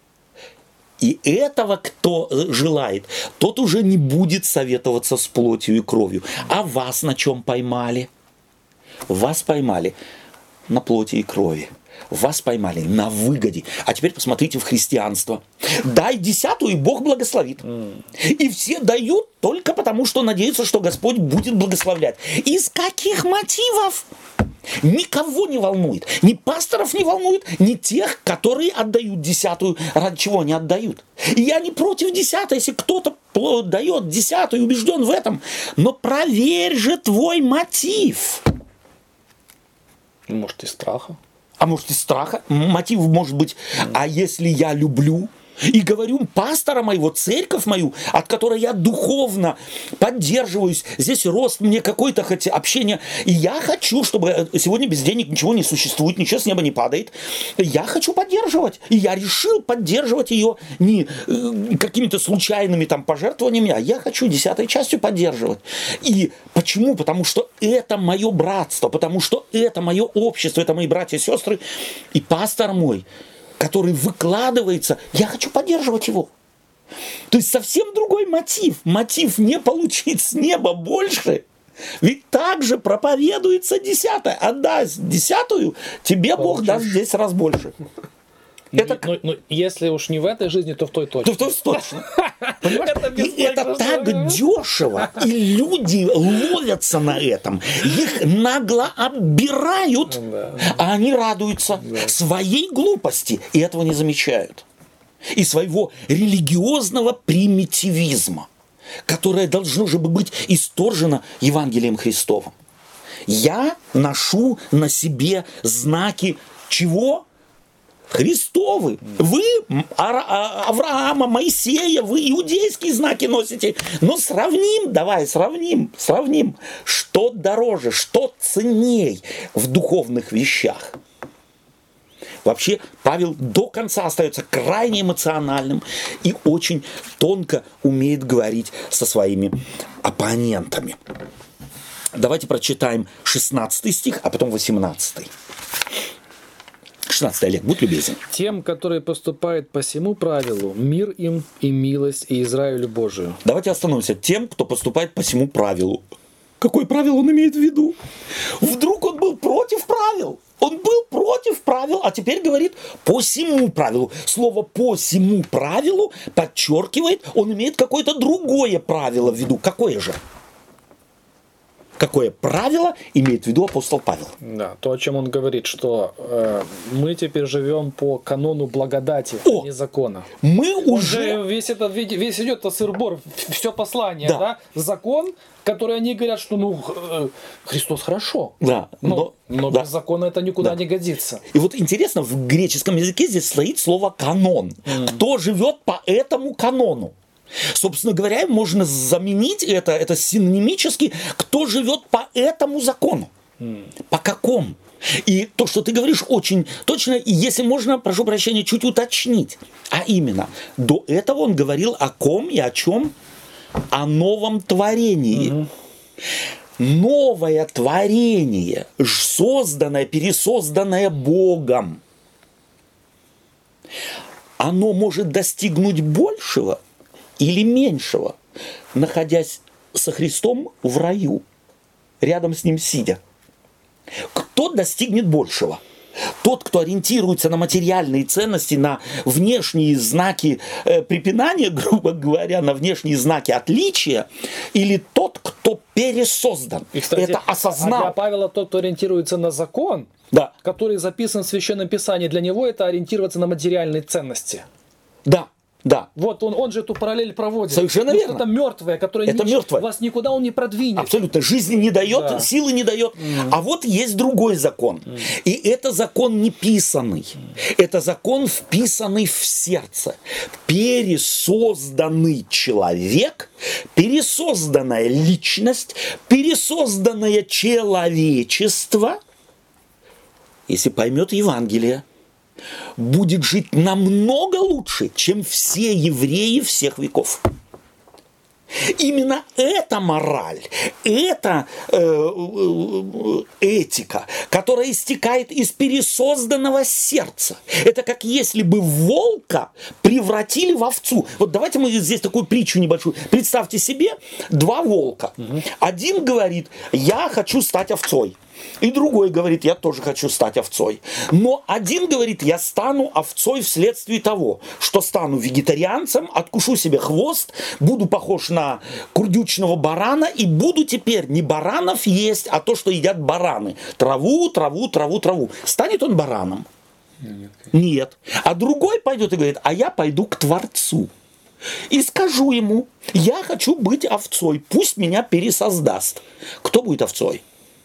И этого, кто желает, тот уже не будет советоваться с плотью и кровью. А вас на чем поймали? Вас поймали на плоти и крови. Вас поймали на выгоде. А теперь посмотрите в христианство. Дай десятую, и Бог благословит. И все дают только потому, что надеются, что Господь будет благословлять. Из каких мотивов? Никого не волнует. Ни пасторов не волнует, ни тех, которые отдают десятую. Ради чего они отдают? И я не против десятой, если кто-то дает десятую и убежден в этом. Но проверь же твой мотив. Может, из страха. А может, из страха. Мотив может быть, а если я люблю и говорю пастора моего, церковь мою, от которой я духовно поддерживаюсь, здесь рост мне какой-то хоть общение, и я хочу, чтобы сегодня без денег ничего не существует, ничего с неба не падает, я хочу поддерживать, и я решил поддерживать ее не какими-то случайными там пожертвованиями, а я хочу десятой частью поддерживать. И почему? Потому что это мое братство, потому что это мое общество, это мои братья и сестры, и пастор мой, который выкладывается, я хочу поддерживать его. То есть совсем другой мотив. Мотив не получить с неба больше. Ведь также проповедуется десятая. Отдай десятую, тебе Получишь. Бог даст в десять раз больше. Это... Но, но если уж не в этой жизни, то в той точно. То в той точно. Это, это так дешево. И люди ловятся на этом. Их нагло оббирают, да. А они радуются да. своей глупости. И этого не замечают. И своего религиозного примитивизма, которое должно же быть исторжено Евангелием Христовым. Я ношу на себе знаки чего? Христовы. Вы Авраама, Моисея, вы иудейские знаки носите. Но сравним, давай сравним, сравним, что дороже, что ценней в духовных вещах. Вообще Павел до конца остается крайне эмоциональным и очень тонко умеет говорить со своими оппонентами. Давайте прочитаем шестнадцатый стих, а потом восемнадцатый. шестнадцатый, Олег, будь любезен. Тем, которые поступают по всему правилу, мир им и милость и Израилю Божию. Давайте остановимся. Тем, кто поступает по всему правилу. Какое правило он имеет в виду? Вдруг он был против правил? Он был против правил, а теперь говорит по сему правилу. Слово по сему правилу подчеркивает, он имеет какое-то другое правило в виду. Какое же? Какое правило имеет в виду апостол Павел? Да, то, о чем он говорит, что э, мы теперь живем по канону благодати, О, а не закона. Мы Он уже... же весь этот весь идет сыр-бор, все послание, Да. да. Закон, который они говорят, что ну э, Христос хорошо. Да, Но, но, но да. без закона это никуда Да. не годится. И вот интересно, в греческом языке здесь стоит слово канон. Mm. Кто живет по этому канону? Собственно говоря, можно заменить это, это синонимически, кто живет по этому закону. Mm. По какому? И то, что ты говоришь, очень точно, и если можно, прошу прощения, чуть уточнить. А именно, до этого он говорил о ком и о чем? О новом творении. Mm-hmm. Новое творение, созданное, пересозданное Богом, оно может достигнуть большего или меньшего, находясь со Христом в раю, рядом с Ним сидя. Кто достигнет большего? Тот, кто ориентируется на материальные ценности, на внешние знаки э, препинания, грубо говоря, на внешние знаки отличия, или тот, кто пересоздан, И, кстати, это осознал. А для Павла тот, кто ориентируется на закон, Да, который записан в Священном Писании, для него это ориентироваться на материальные ценности. да, да. Вот он, он же эту параллель проводит. Совершенно Ну, верно. что-то мертвое, которое Это ни- мертвое. вас никуда он не продвинет. Абсолютно. Жизни не дает, Да. силы не дает. А вот есть другой закон. И это закон не писанный. Это закон, вписанный в сердце. Пересозданный человек, пересозданная личность, пересозданное человечество, если поймет Евангелие, будет жить намного лучше, чем все евреи всех веков. Именно эта мораль, эта э, э, этика, которая истекает из пересозданного сердца. Это как если бы волка превратили в овцу. Вот давайте мы здесь такую притчу небольшую. Представьте себе два волка. Угу. Один говорит, я хочу стать овцой. И другой говорит, я тоже хочу стать овцой. Но один говорит, я стану овцой вследствие того, что стану вегетарианцем, откушу себе хвост, буду похож на курдючного барана и буду теперь не баранов есть, а то, что едят бараны. Траву, траву, траву, траву. Станет он бараном? Нет. Нет. А другой пойдет и говорит, а я пойду к Творцу. И скажу ему, я хочу быть овцой, пусть меня пересоздаст. Кто будет овцой?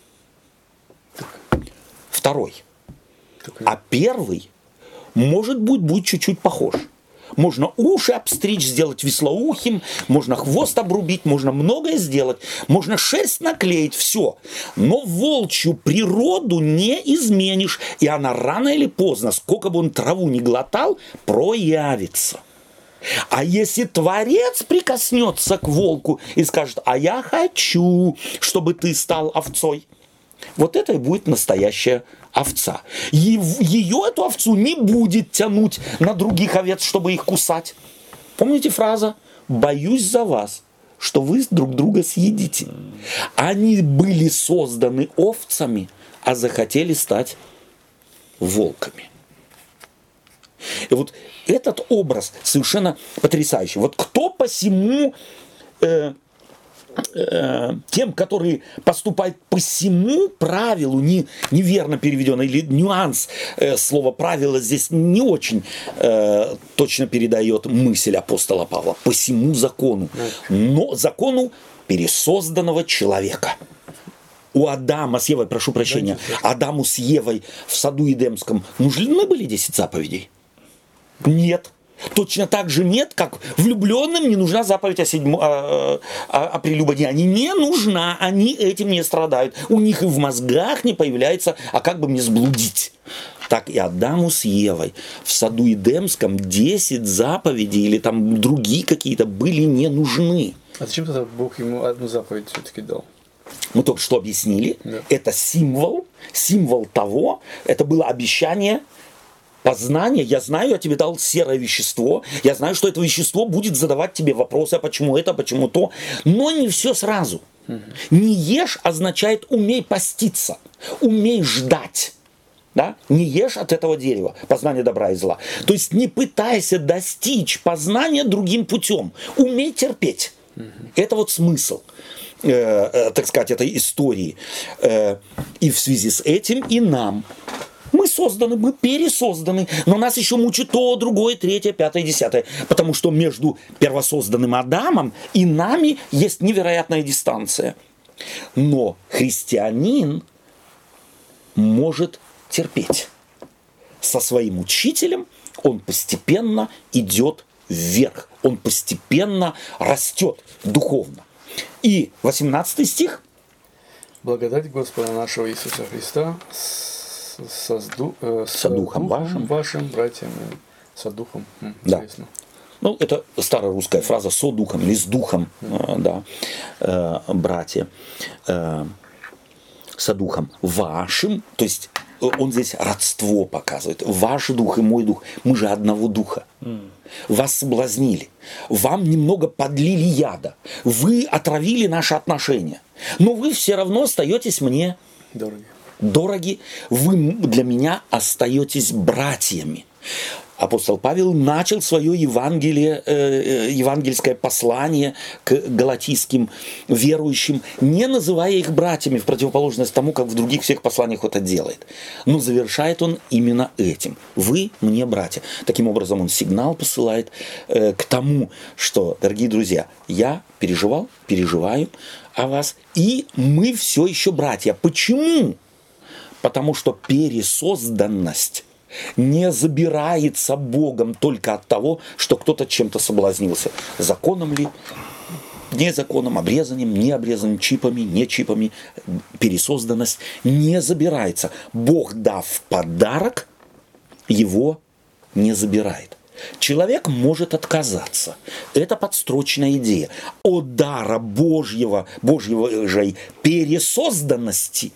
Второй. А первый, может быть, будет чуть-чуть похож. Можно уши обстричь, сделать веслоухим, можно хвост обрубить, можно многое сделать, можно шерсть наклеить, все. Но волчью природу не изменишь, и она рано или поздно, сколько бы он траву не глотал, проявится. А если Творец прикоснется к волку и скажет, а я хочу, чтобы ты стал овцой, вот это и будет настоящая овца. Ее, эту овцу, не будет тянуть на других овец, чтобы их кусать. Помните фразу? «Боюсь за вас, что вы друг друга съедите». Они были созданы овцами, а захотели стать волками. И вот этот образ совершенно потрясающий. Вот кто посему... Э, тем, которые поступают по всему правилу, не, неверно переведено, или нюанс э, слова правила здесь не очень э, точно передает мысль апостола Павла, по всему закону, но закону пересозданного человека. У Адама с Евой, прошу прощения, Адаму с Евой в саду Эдемском нужны были десять заповедей? Нет. Точно так же нет, как влюбленным не нужна заповедь о, седьмо, о, о, о прелюбодеянии. Не нужна, они этим не страдают. У них и в мозгах не появляется, а как бы мне сблудить. Так и Адаму с Евой в саду Эдемском десять заповедей или там другие какие-то были не нужны. А зачем тогда Бог ему одну заповедь все-таки дал? Мы только что объяснили. Да. Это символ, символ того, это было обещание познание, я знаю, я тебе дал серое вещество, я знаю, что это вещество будет задавать тебе вопросы, а почему это, почему то, но не все сразу. Угу. Не ешь означает умей поститься, умей ждать. Да? Не ешь от этого дерева, познание добра и зла. То есть не пытайся достичь познания другим путем. Умей терпеть. Это вот смысл, э, э, так сказать, этой истории. Э, и в связи с этим и нам. Мы созданы, мы пересозданы, но нас еще мучит то, другое, третье, пятое, десятое. Потому что между первосозданным Адамом и нами есть невероятная дистанция. Но христианин может терпеть. Со своим учителем он постепенно идет вверх. Он постепенно растет духовно. И восемнадцатый стих. Благодать Господа нашего Иисуса Христа со, сду, э, со духом, духом вашим. вашим, братьям, со духом. Да. Ну, это старая русская фраза «со духом» или «с духом», mm. да, э, братья, э, со духом вашим, то есть он здесь родство показывает. Ваш дух и мой дух, мы же одного духа. Mm. Вас соблазнили, вам немного подлили яда, вы отравили наши отношения, но вы все равно остаетесь мне дороги. Дороги, вы для меня остаетесь братьями. Апостол Павел начал свое Евангелие, э, евангельское послание к галатийским верующим, не называя их братьями, в противоположность тому, как в других всех посланиях это делает. Но завершает он именно этим. Вы мне братья. Таким образом он сигнал посылает э, к тому, что, дорогие друзья, я переживал, переживаю о вас, и мы все еще братья. Почему? Потому что пересозданность не забирается Богом только от того, что кто-то чем-то соблазнился. Законом ли, не законом, обрезанием, не обрезанием, чипами, не чипами. Пересозданность не забирается. Бог, дав подарок, его не забирает. Человек может отказаться. Это подстрочная идея. От дара Божьего, Божьей пересозданности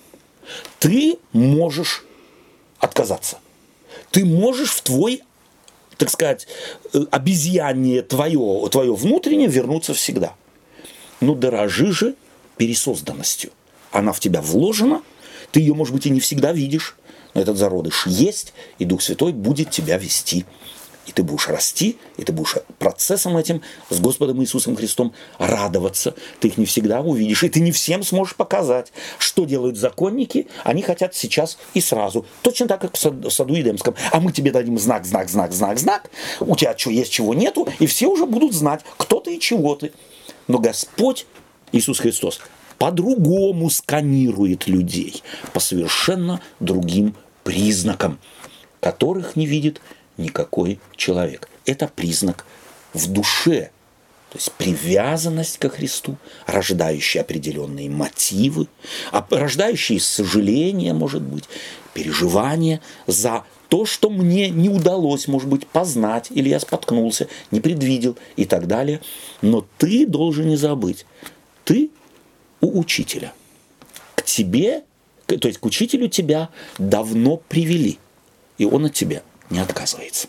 ты можешь отказаться. Ты можешь в твой, так сказать, обезьянье твое, твое внутреннее вернуться всегда. Но дорожи же пересозданностью. Она в тебя вложена, ты ее, может быть, и не всегда видишь, но этот зародыш есть, и Дух Святой будет тебя вести. И ты будешь расти, и ты будешь процессом этим с Господом Иисусом Христом радоваться. Ты их не всегда увидишь, и ты не всем сможешь показать, что делают законники. Они хотят сейчас и сразу. Точно так, как в саду Эдемском. А мы тебе дадим знак, знак, знак, знак, знак. У тебя что есть, чего нету, и все уже будут знать, кто ты и чего ты. Но Господь Иисус Христос по-другому сканирует людей, по совершенно другим признакам, которых не видит никакой человек. Это признак в душе, то есть привязанность ко Христу, рождающие определенные мотивы, рождающие сожаление, может быть, переживание за то, что мне не удалось, может быть, познать, или я споткнулся, не предвидел и так далее. Но ты должен не забыть, ты у учителя. К тебе, то есть к учителю тебя давно привели, и он от тебя не отказывается.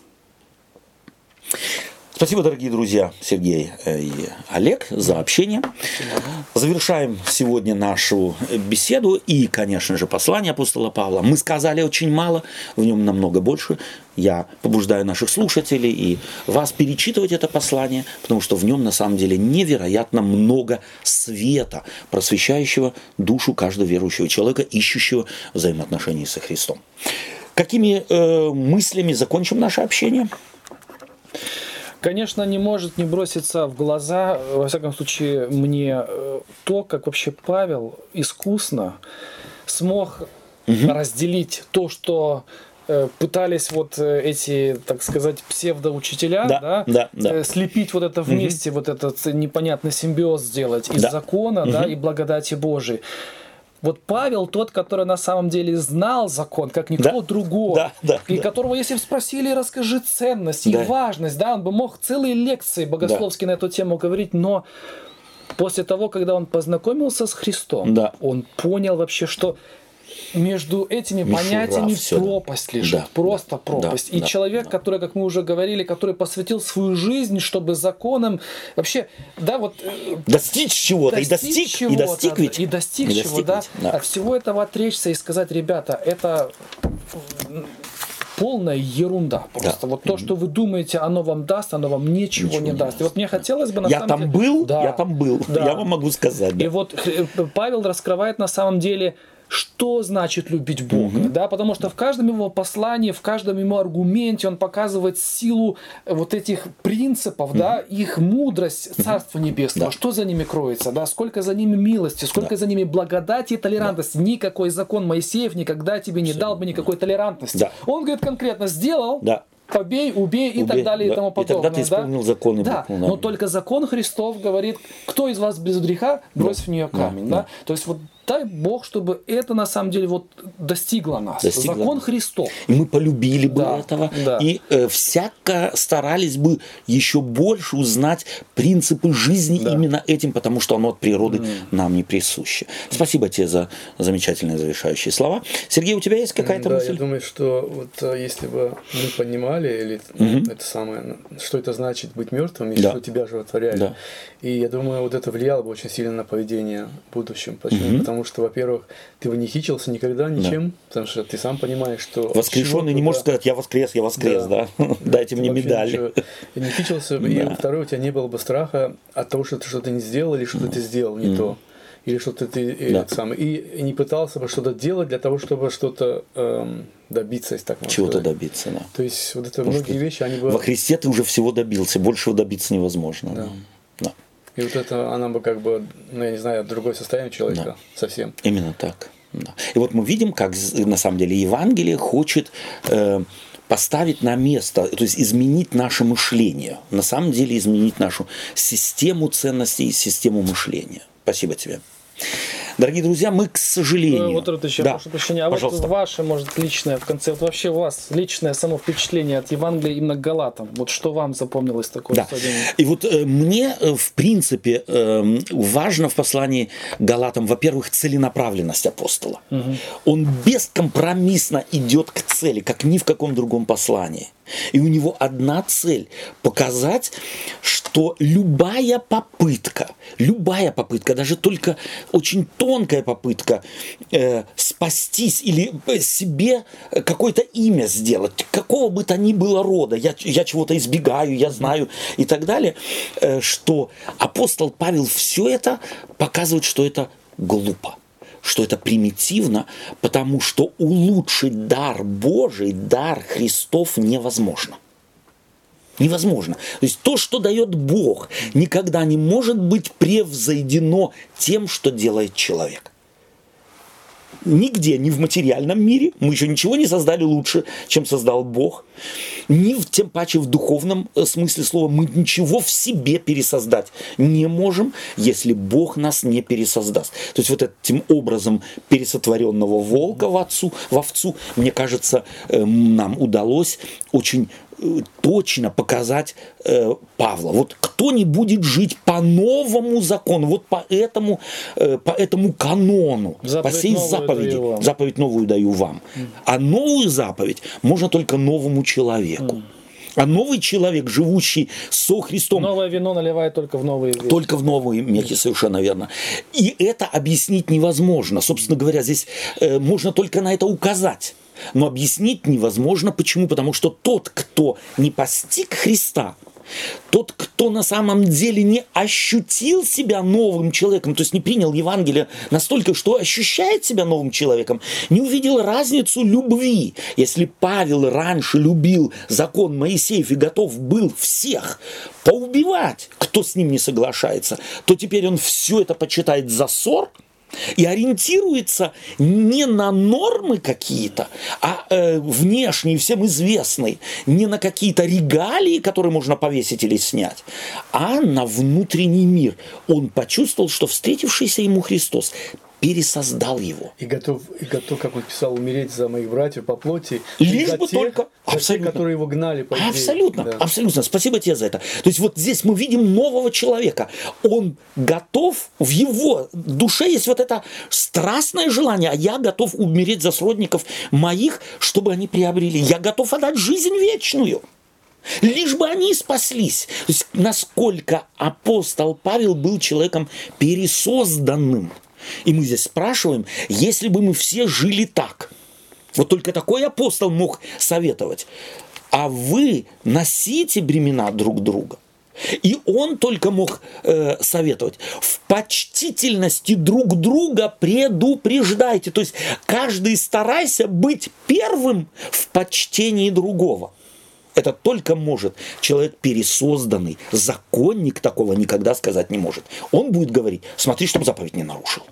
Спасибо, дорогие друзья, Сергей и Олег, за общение. Завершаем сегодня нашу беседу и, конечно же, послание апостола Павла. Мы сказали очень мало, в нем намного больше. Я побуждаю наших слушателей и вас перечитывать это послание, потому что в нем на самом деле невероятно много света, просвещающего душу каждого верующего человека, ищущего взаимоотношений со Христом. Какими э, мыслями закончим наше общение? Конечно, не может не броситься в глаза, во всяком случае, мне то, как вообще Павел искусно смог угу. разделить то, что э, пытались вот эти, так сказать, псевдоучителя, да, да, да, да. Э, слепить вот это вместе, угу. вот этот непонятный симбиоз сделать из да. закона угу. да, и благодати Божией. Вот Павел тот, который на самом деле знал закон, как никто да, другой, да, да, и да. которого, если бы спросили, расскажи ценность да. и важность, да, он бы мог целые лекции богословские да. на эту тему говорить, но после того, когда он познакомился с Христом, да. он понял вообще, что между этими Мишура, понятиями всё, пропасть да. лежит, да, просто да, пропасть. да, и да, человек, да. который, как мы уже говорили, который посвятил свою жизнь, чтобы законом вообще, да, вот достичь чего-то, достичь и достиг, чего-то, и достиг ведь. и достиг и чего, достиг да, ведь, да. от всего этого отречься и сказать, ребята, это полная ерунда. Просто Да. вот то, что вы думаете, оно вам даст, оно вам ничего, Ничего не не даст. даст. И вот мне хотелось бы на Я самом там деле... был, Да. я там был. Да. Я вам могу сказать. Да. И вот э, Павел раскрывает на самом деле, что значит любить Бога, Мгм. да, потому что в каждом его послании, в каждом его аргументе он показывает силу вот этих принципов, да, их мудрость Царства Небесного, Да. что за ними кроется, да, сколько за ними милости, сколько Да. за ними благодати и толерантности. Никакой закон Моисеев никогда тебе не дал бы никакой толерантности. Да. Он говорит конкретно, сделал, Да. побей, убей и Убей, так далее да. и тому И подобное. тогда ты исполнил закон и да? букву, Да, да. но только закон Христов говорит, кто из вас без греха, брось в нее камень. да, Да, да. То есть вот дай Бог, чтобы это на самом деле вот достигло нас. Достигло Закон нас. Христов. И мы полюбили бы Да, этого. да. И э, всяко старались бы еще больше узнать принципы жизни Да. именно этим, потому что оно от природы нам не присуще. Спасибо тебе за замечательные завершающие слова. Сергей, у тебя есть какая-то Да, мысль? я думаю, что вот а, если бы мы понимали, или Мгм. это самое, что это значит быть мертвым, и Да. что тебя животворяет. Да. И я думаю, вот это влияло бы очень сильно на поведение в будущем. Почему? Мгм. Потому что, во-первых, ты бы не хичился никогда ничем, потому что ты сам понимаешь, что... Воскрешенный не чего-то, может да, сказать, я воскрес, я воскрес, да. Дайте ты мне вообще медаль. ничего не хичился, Да. и второе, у тебя не было бы страха от того, что ты что-то не сделал, или что-то ты сделал не то. Или что-то ты э, Да. это самое, и не пытался бы что-то делать для того, чтобы что-то эм, добиться, если так можно Чего-то сказать. добиться, да. То есть вот это Потому многие что вещи, они бы... Во Христе ты уже всего добился, большего добиться невозможно. Да. Да. И вот это, она бы как бы, ну я не знаю, другое состояние человека Да. совсем. Именно так. Да. И вот мы видим, как з- на самом деле Евангелие хочет э, поставить на место, то есть изменить наше мышление. На самом деле изменить нашу систему ценностей, систему мышления. Спасибо тебе. Дорогие друзья, мы, к сожалению... Вот это еще, Да, прошу прощения. А пожалуйста. вот ваше, может, личное в конце, вот вообще у вас личное само впечатление от Евангелия именно к Галатам. Вот что вам запомнилось такое? Да. особенно? И вот э, мне, э, в принципе, э, важно в послании к Галатам, во-первых, целенаправленность апостола. Он бескомпромиссно идет к цели, как ни в каком другом послании. И у него одна цель – показать, что любая попытка, любая попытка, даже только очень тонкая попытка э, спастись или себе какое-то имя сделать, какого бы то ни было рода, я, я чего-то избегаю, я знаю и так далее, э, что апостол Павел все это показывает, что это глупо, что это примитивно, потому что улучшить дар Божий, дар Христов невозможно. Невозможно. То есть то, что дает Бог, никогда не может быть превзойдено тем, что делает человек. Нигде, ни в материальном мире, мы еще ничего не создали лучше, чем создал Бог, ни в, тем паче в духовном смысле слова мы ничего в себе пересоздать не можем, если Бог нас не пересоздаст. То есть вот этим образом пересотворенного волка в, отцу, в овцу, мне кажется, нам удалось очень точно показать э, Павла. Вот кто не будет жить по новому закону, вот по этому, э, по этому канону, Заповедь по сей новую заповеди, даю вам. заповедь новую даю вам. Mm. А новую заповедь можно только новому человеку. Mm. А новый человек, живущий со Христом, новое вино наливает только в новые вещи. Только в новые мехи, совершенно верно. И это объяснить невозможно. Собственно говоря, здесь э, можно только на это указать. Но объяснить невозможно. Почему? Потому что тот, кто не постиг Христа, тот, кто на самом деле не ощутил себя новым человеком, то есть не принял Евангелие настолько, что ощущает себя новым человеком, не увидел разницу любви. Если Павел раньше любил закон Моисеев и готов был всех поубивать, кто с ним не соглашается, то теперь он все это почитает за ссор и ориентируется не на нормы какие-то, а э, внешние, всем известные, не на какие-то регалии, которые можно повесить или снять, а на внутренний мир. Он почувствовал, что встретившийся ему Христос пересоздал его. И готов, и готов, как он писал, умереть за моих братьев по плоти. Лишь за бы тех, только... за Абсолютно. тех, которые его гнали по идее. Абсолютно, Да. абсолютно. Спасибо тебе за это. То есть вот здесь мы видим нового человека. Он готов, в его душе есть вот это страстное желание, а я готов умереть за сродников моих, чтобы они приобрели. Я готов отдать жизнь вечную. Лишь бы они спаслись. То есть насколько апостол Павел был человеком пересозданным. И мы здесь спрашиваем, если бы мы все жили так, Вот только такой апостол мог советовать. А вы носите бремена друг друга. И он только мог э, советовать. В почтительности друг друга предупреждайте. То есть каждый старайся быть первым в почтении другого. Это только может человек пересозданный, законник такого никогда сказать не может. Он будет говорить, смотри, чтобы заповедь не нарушил.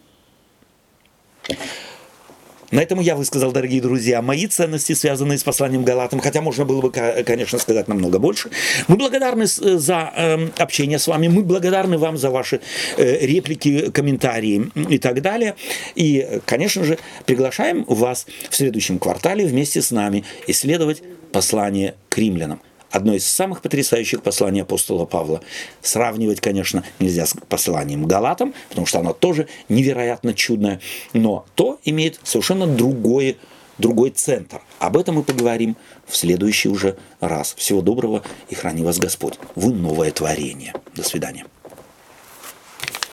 На этом я высказал, дорогие друзья, мои ценности, связанные с посланием Галатам, хотя можно было бы, конечно, сказать намного больше. Мы благодарны за общение с вами, мы благодарны вам за ваши реплики, комментарии и так далее. И, конечно же, приглашаем вас в следующем квартале вместе с нами исследовать послание к римлянам. Одно из самых потрясающих посланий апостола Павла. Сравнивать, конечно, нельзя с посланием к Галатам, потому что оно тоже невероятно чудное, но то имеет совершенно другой, другой центр. Об этом мы поговорим в следующий уже раз. Всего доброго и храни вас Господь. Вы новое творение. До свидания.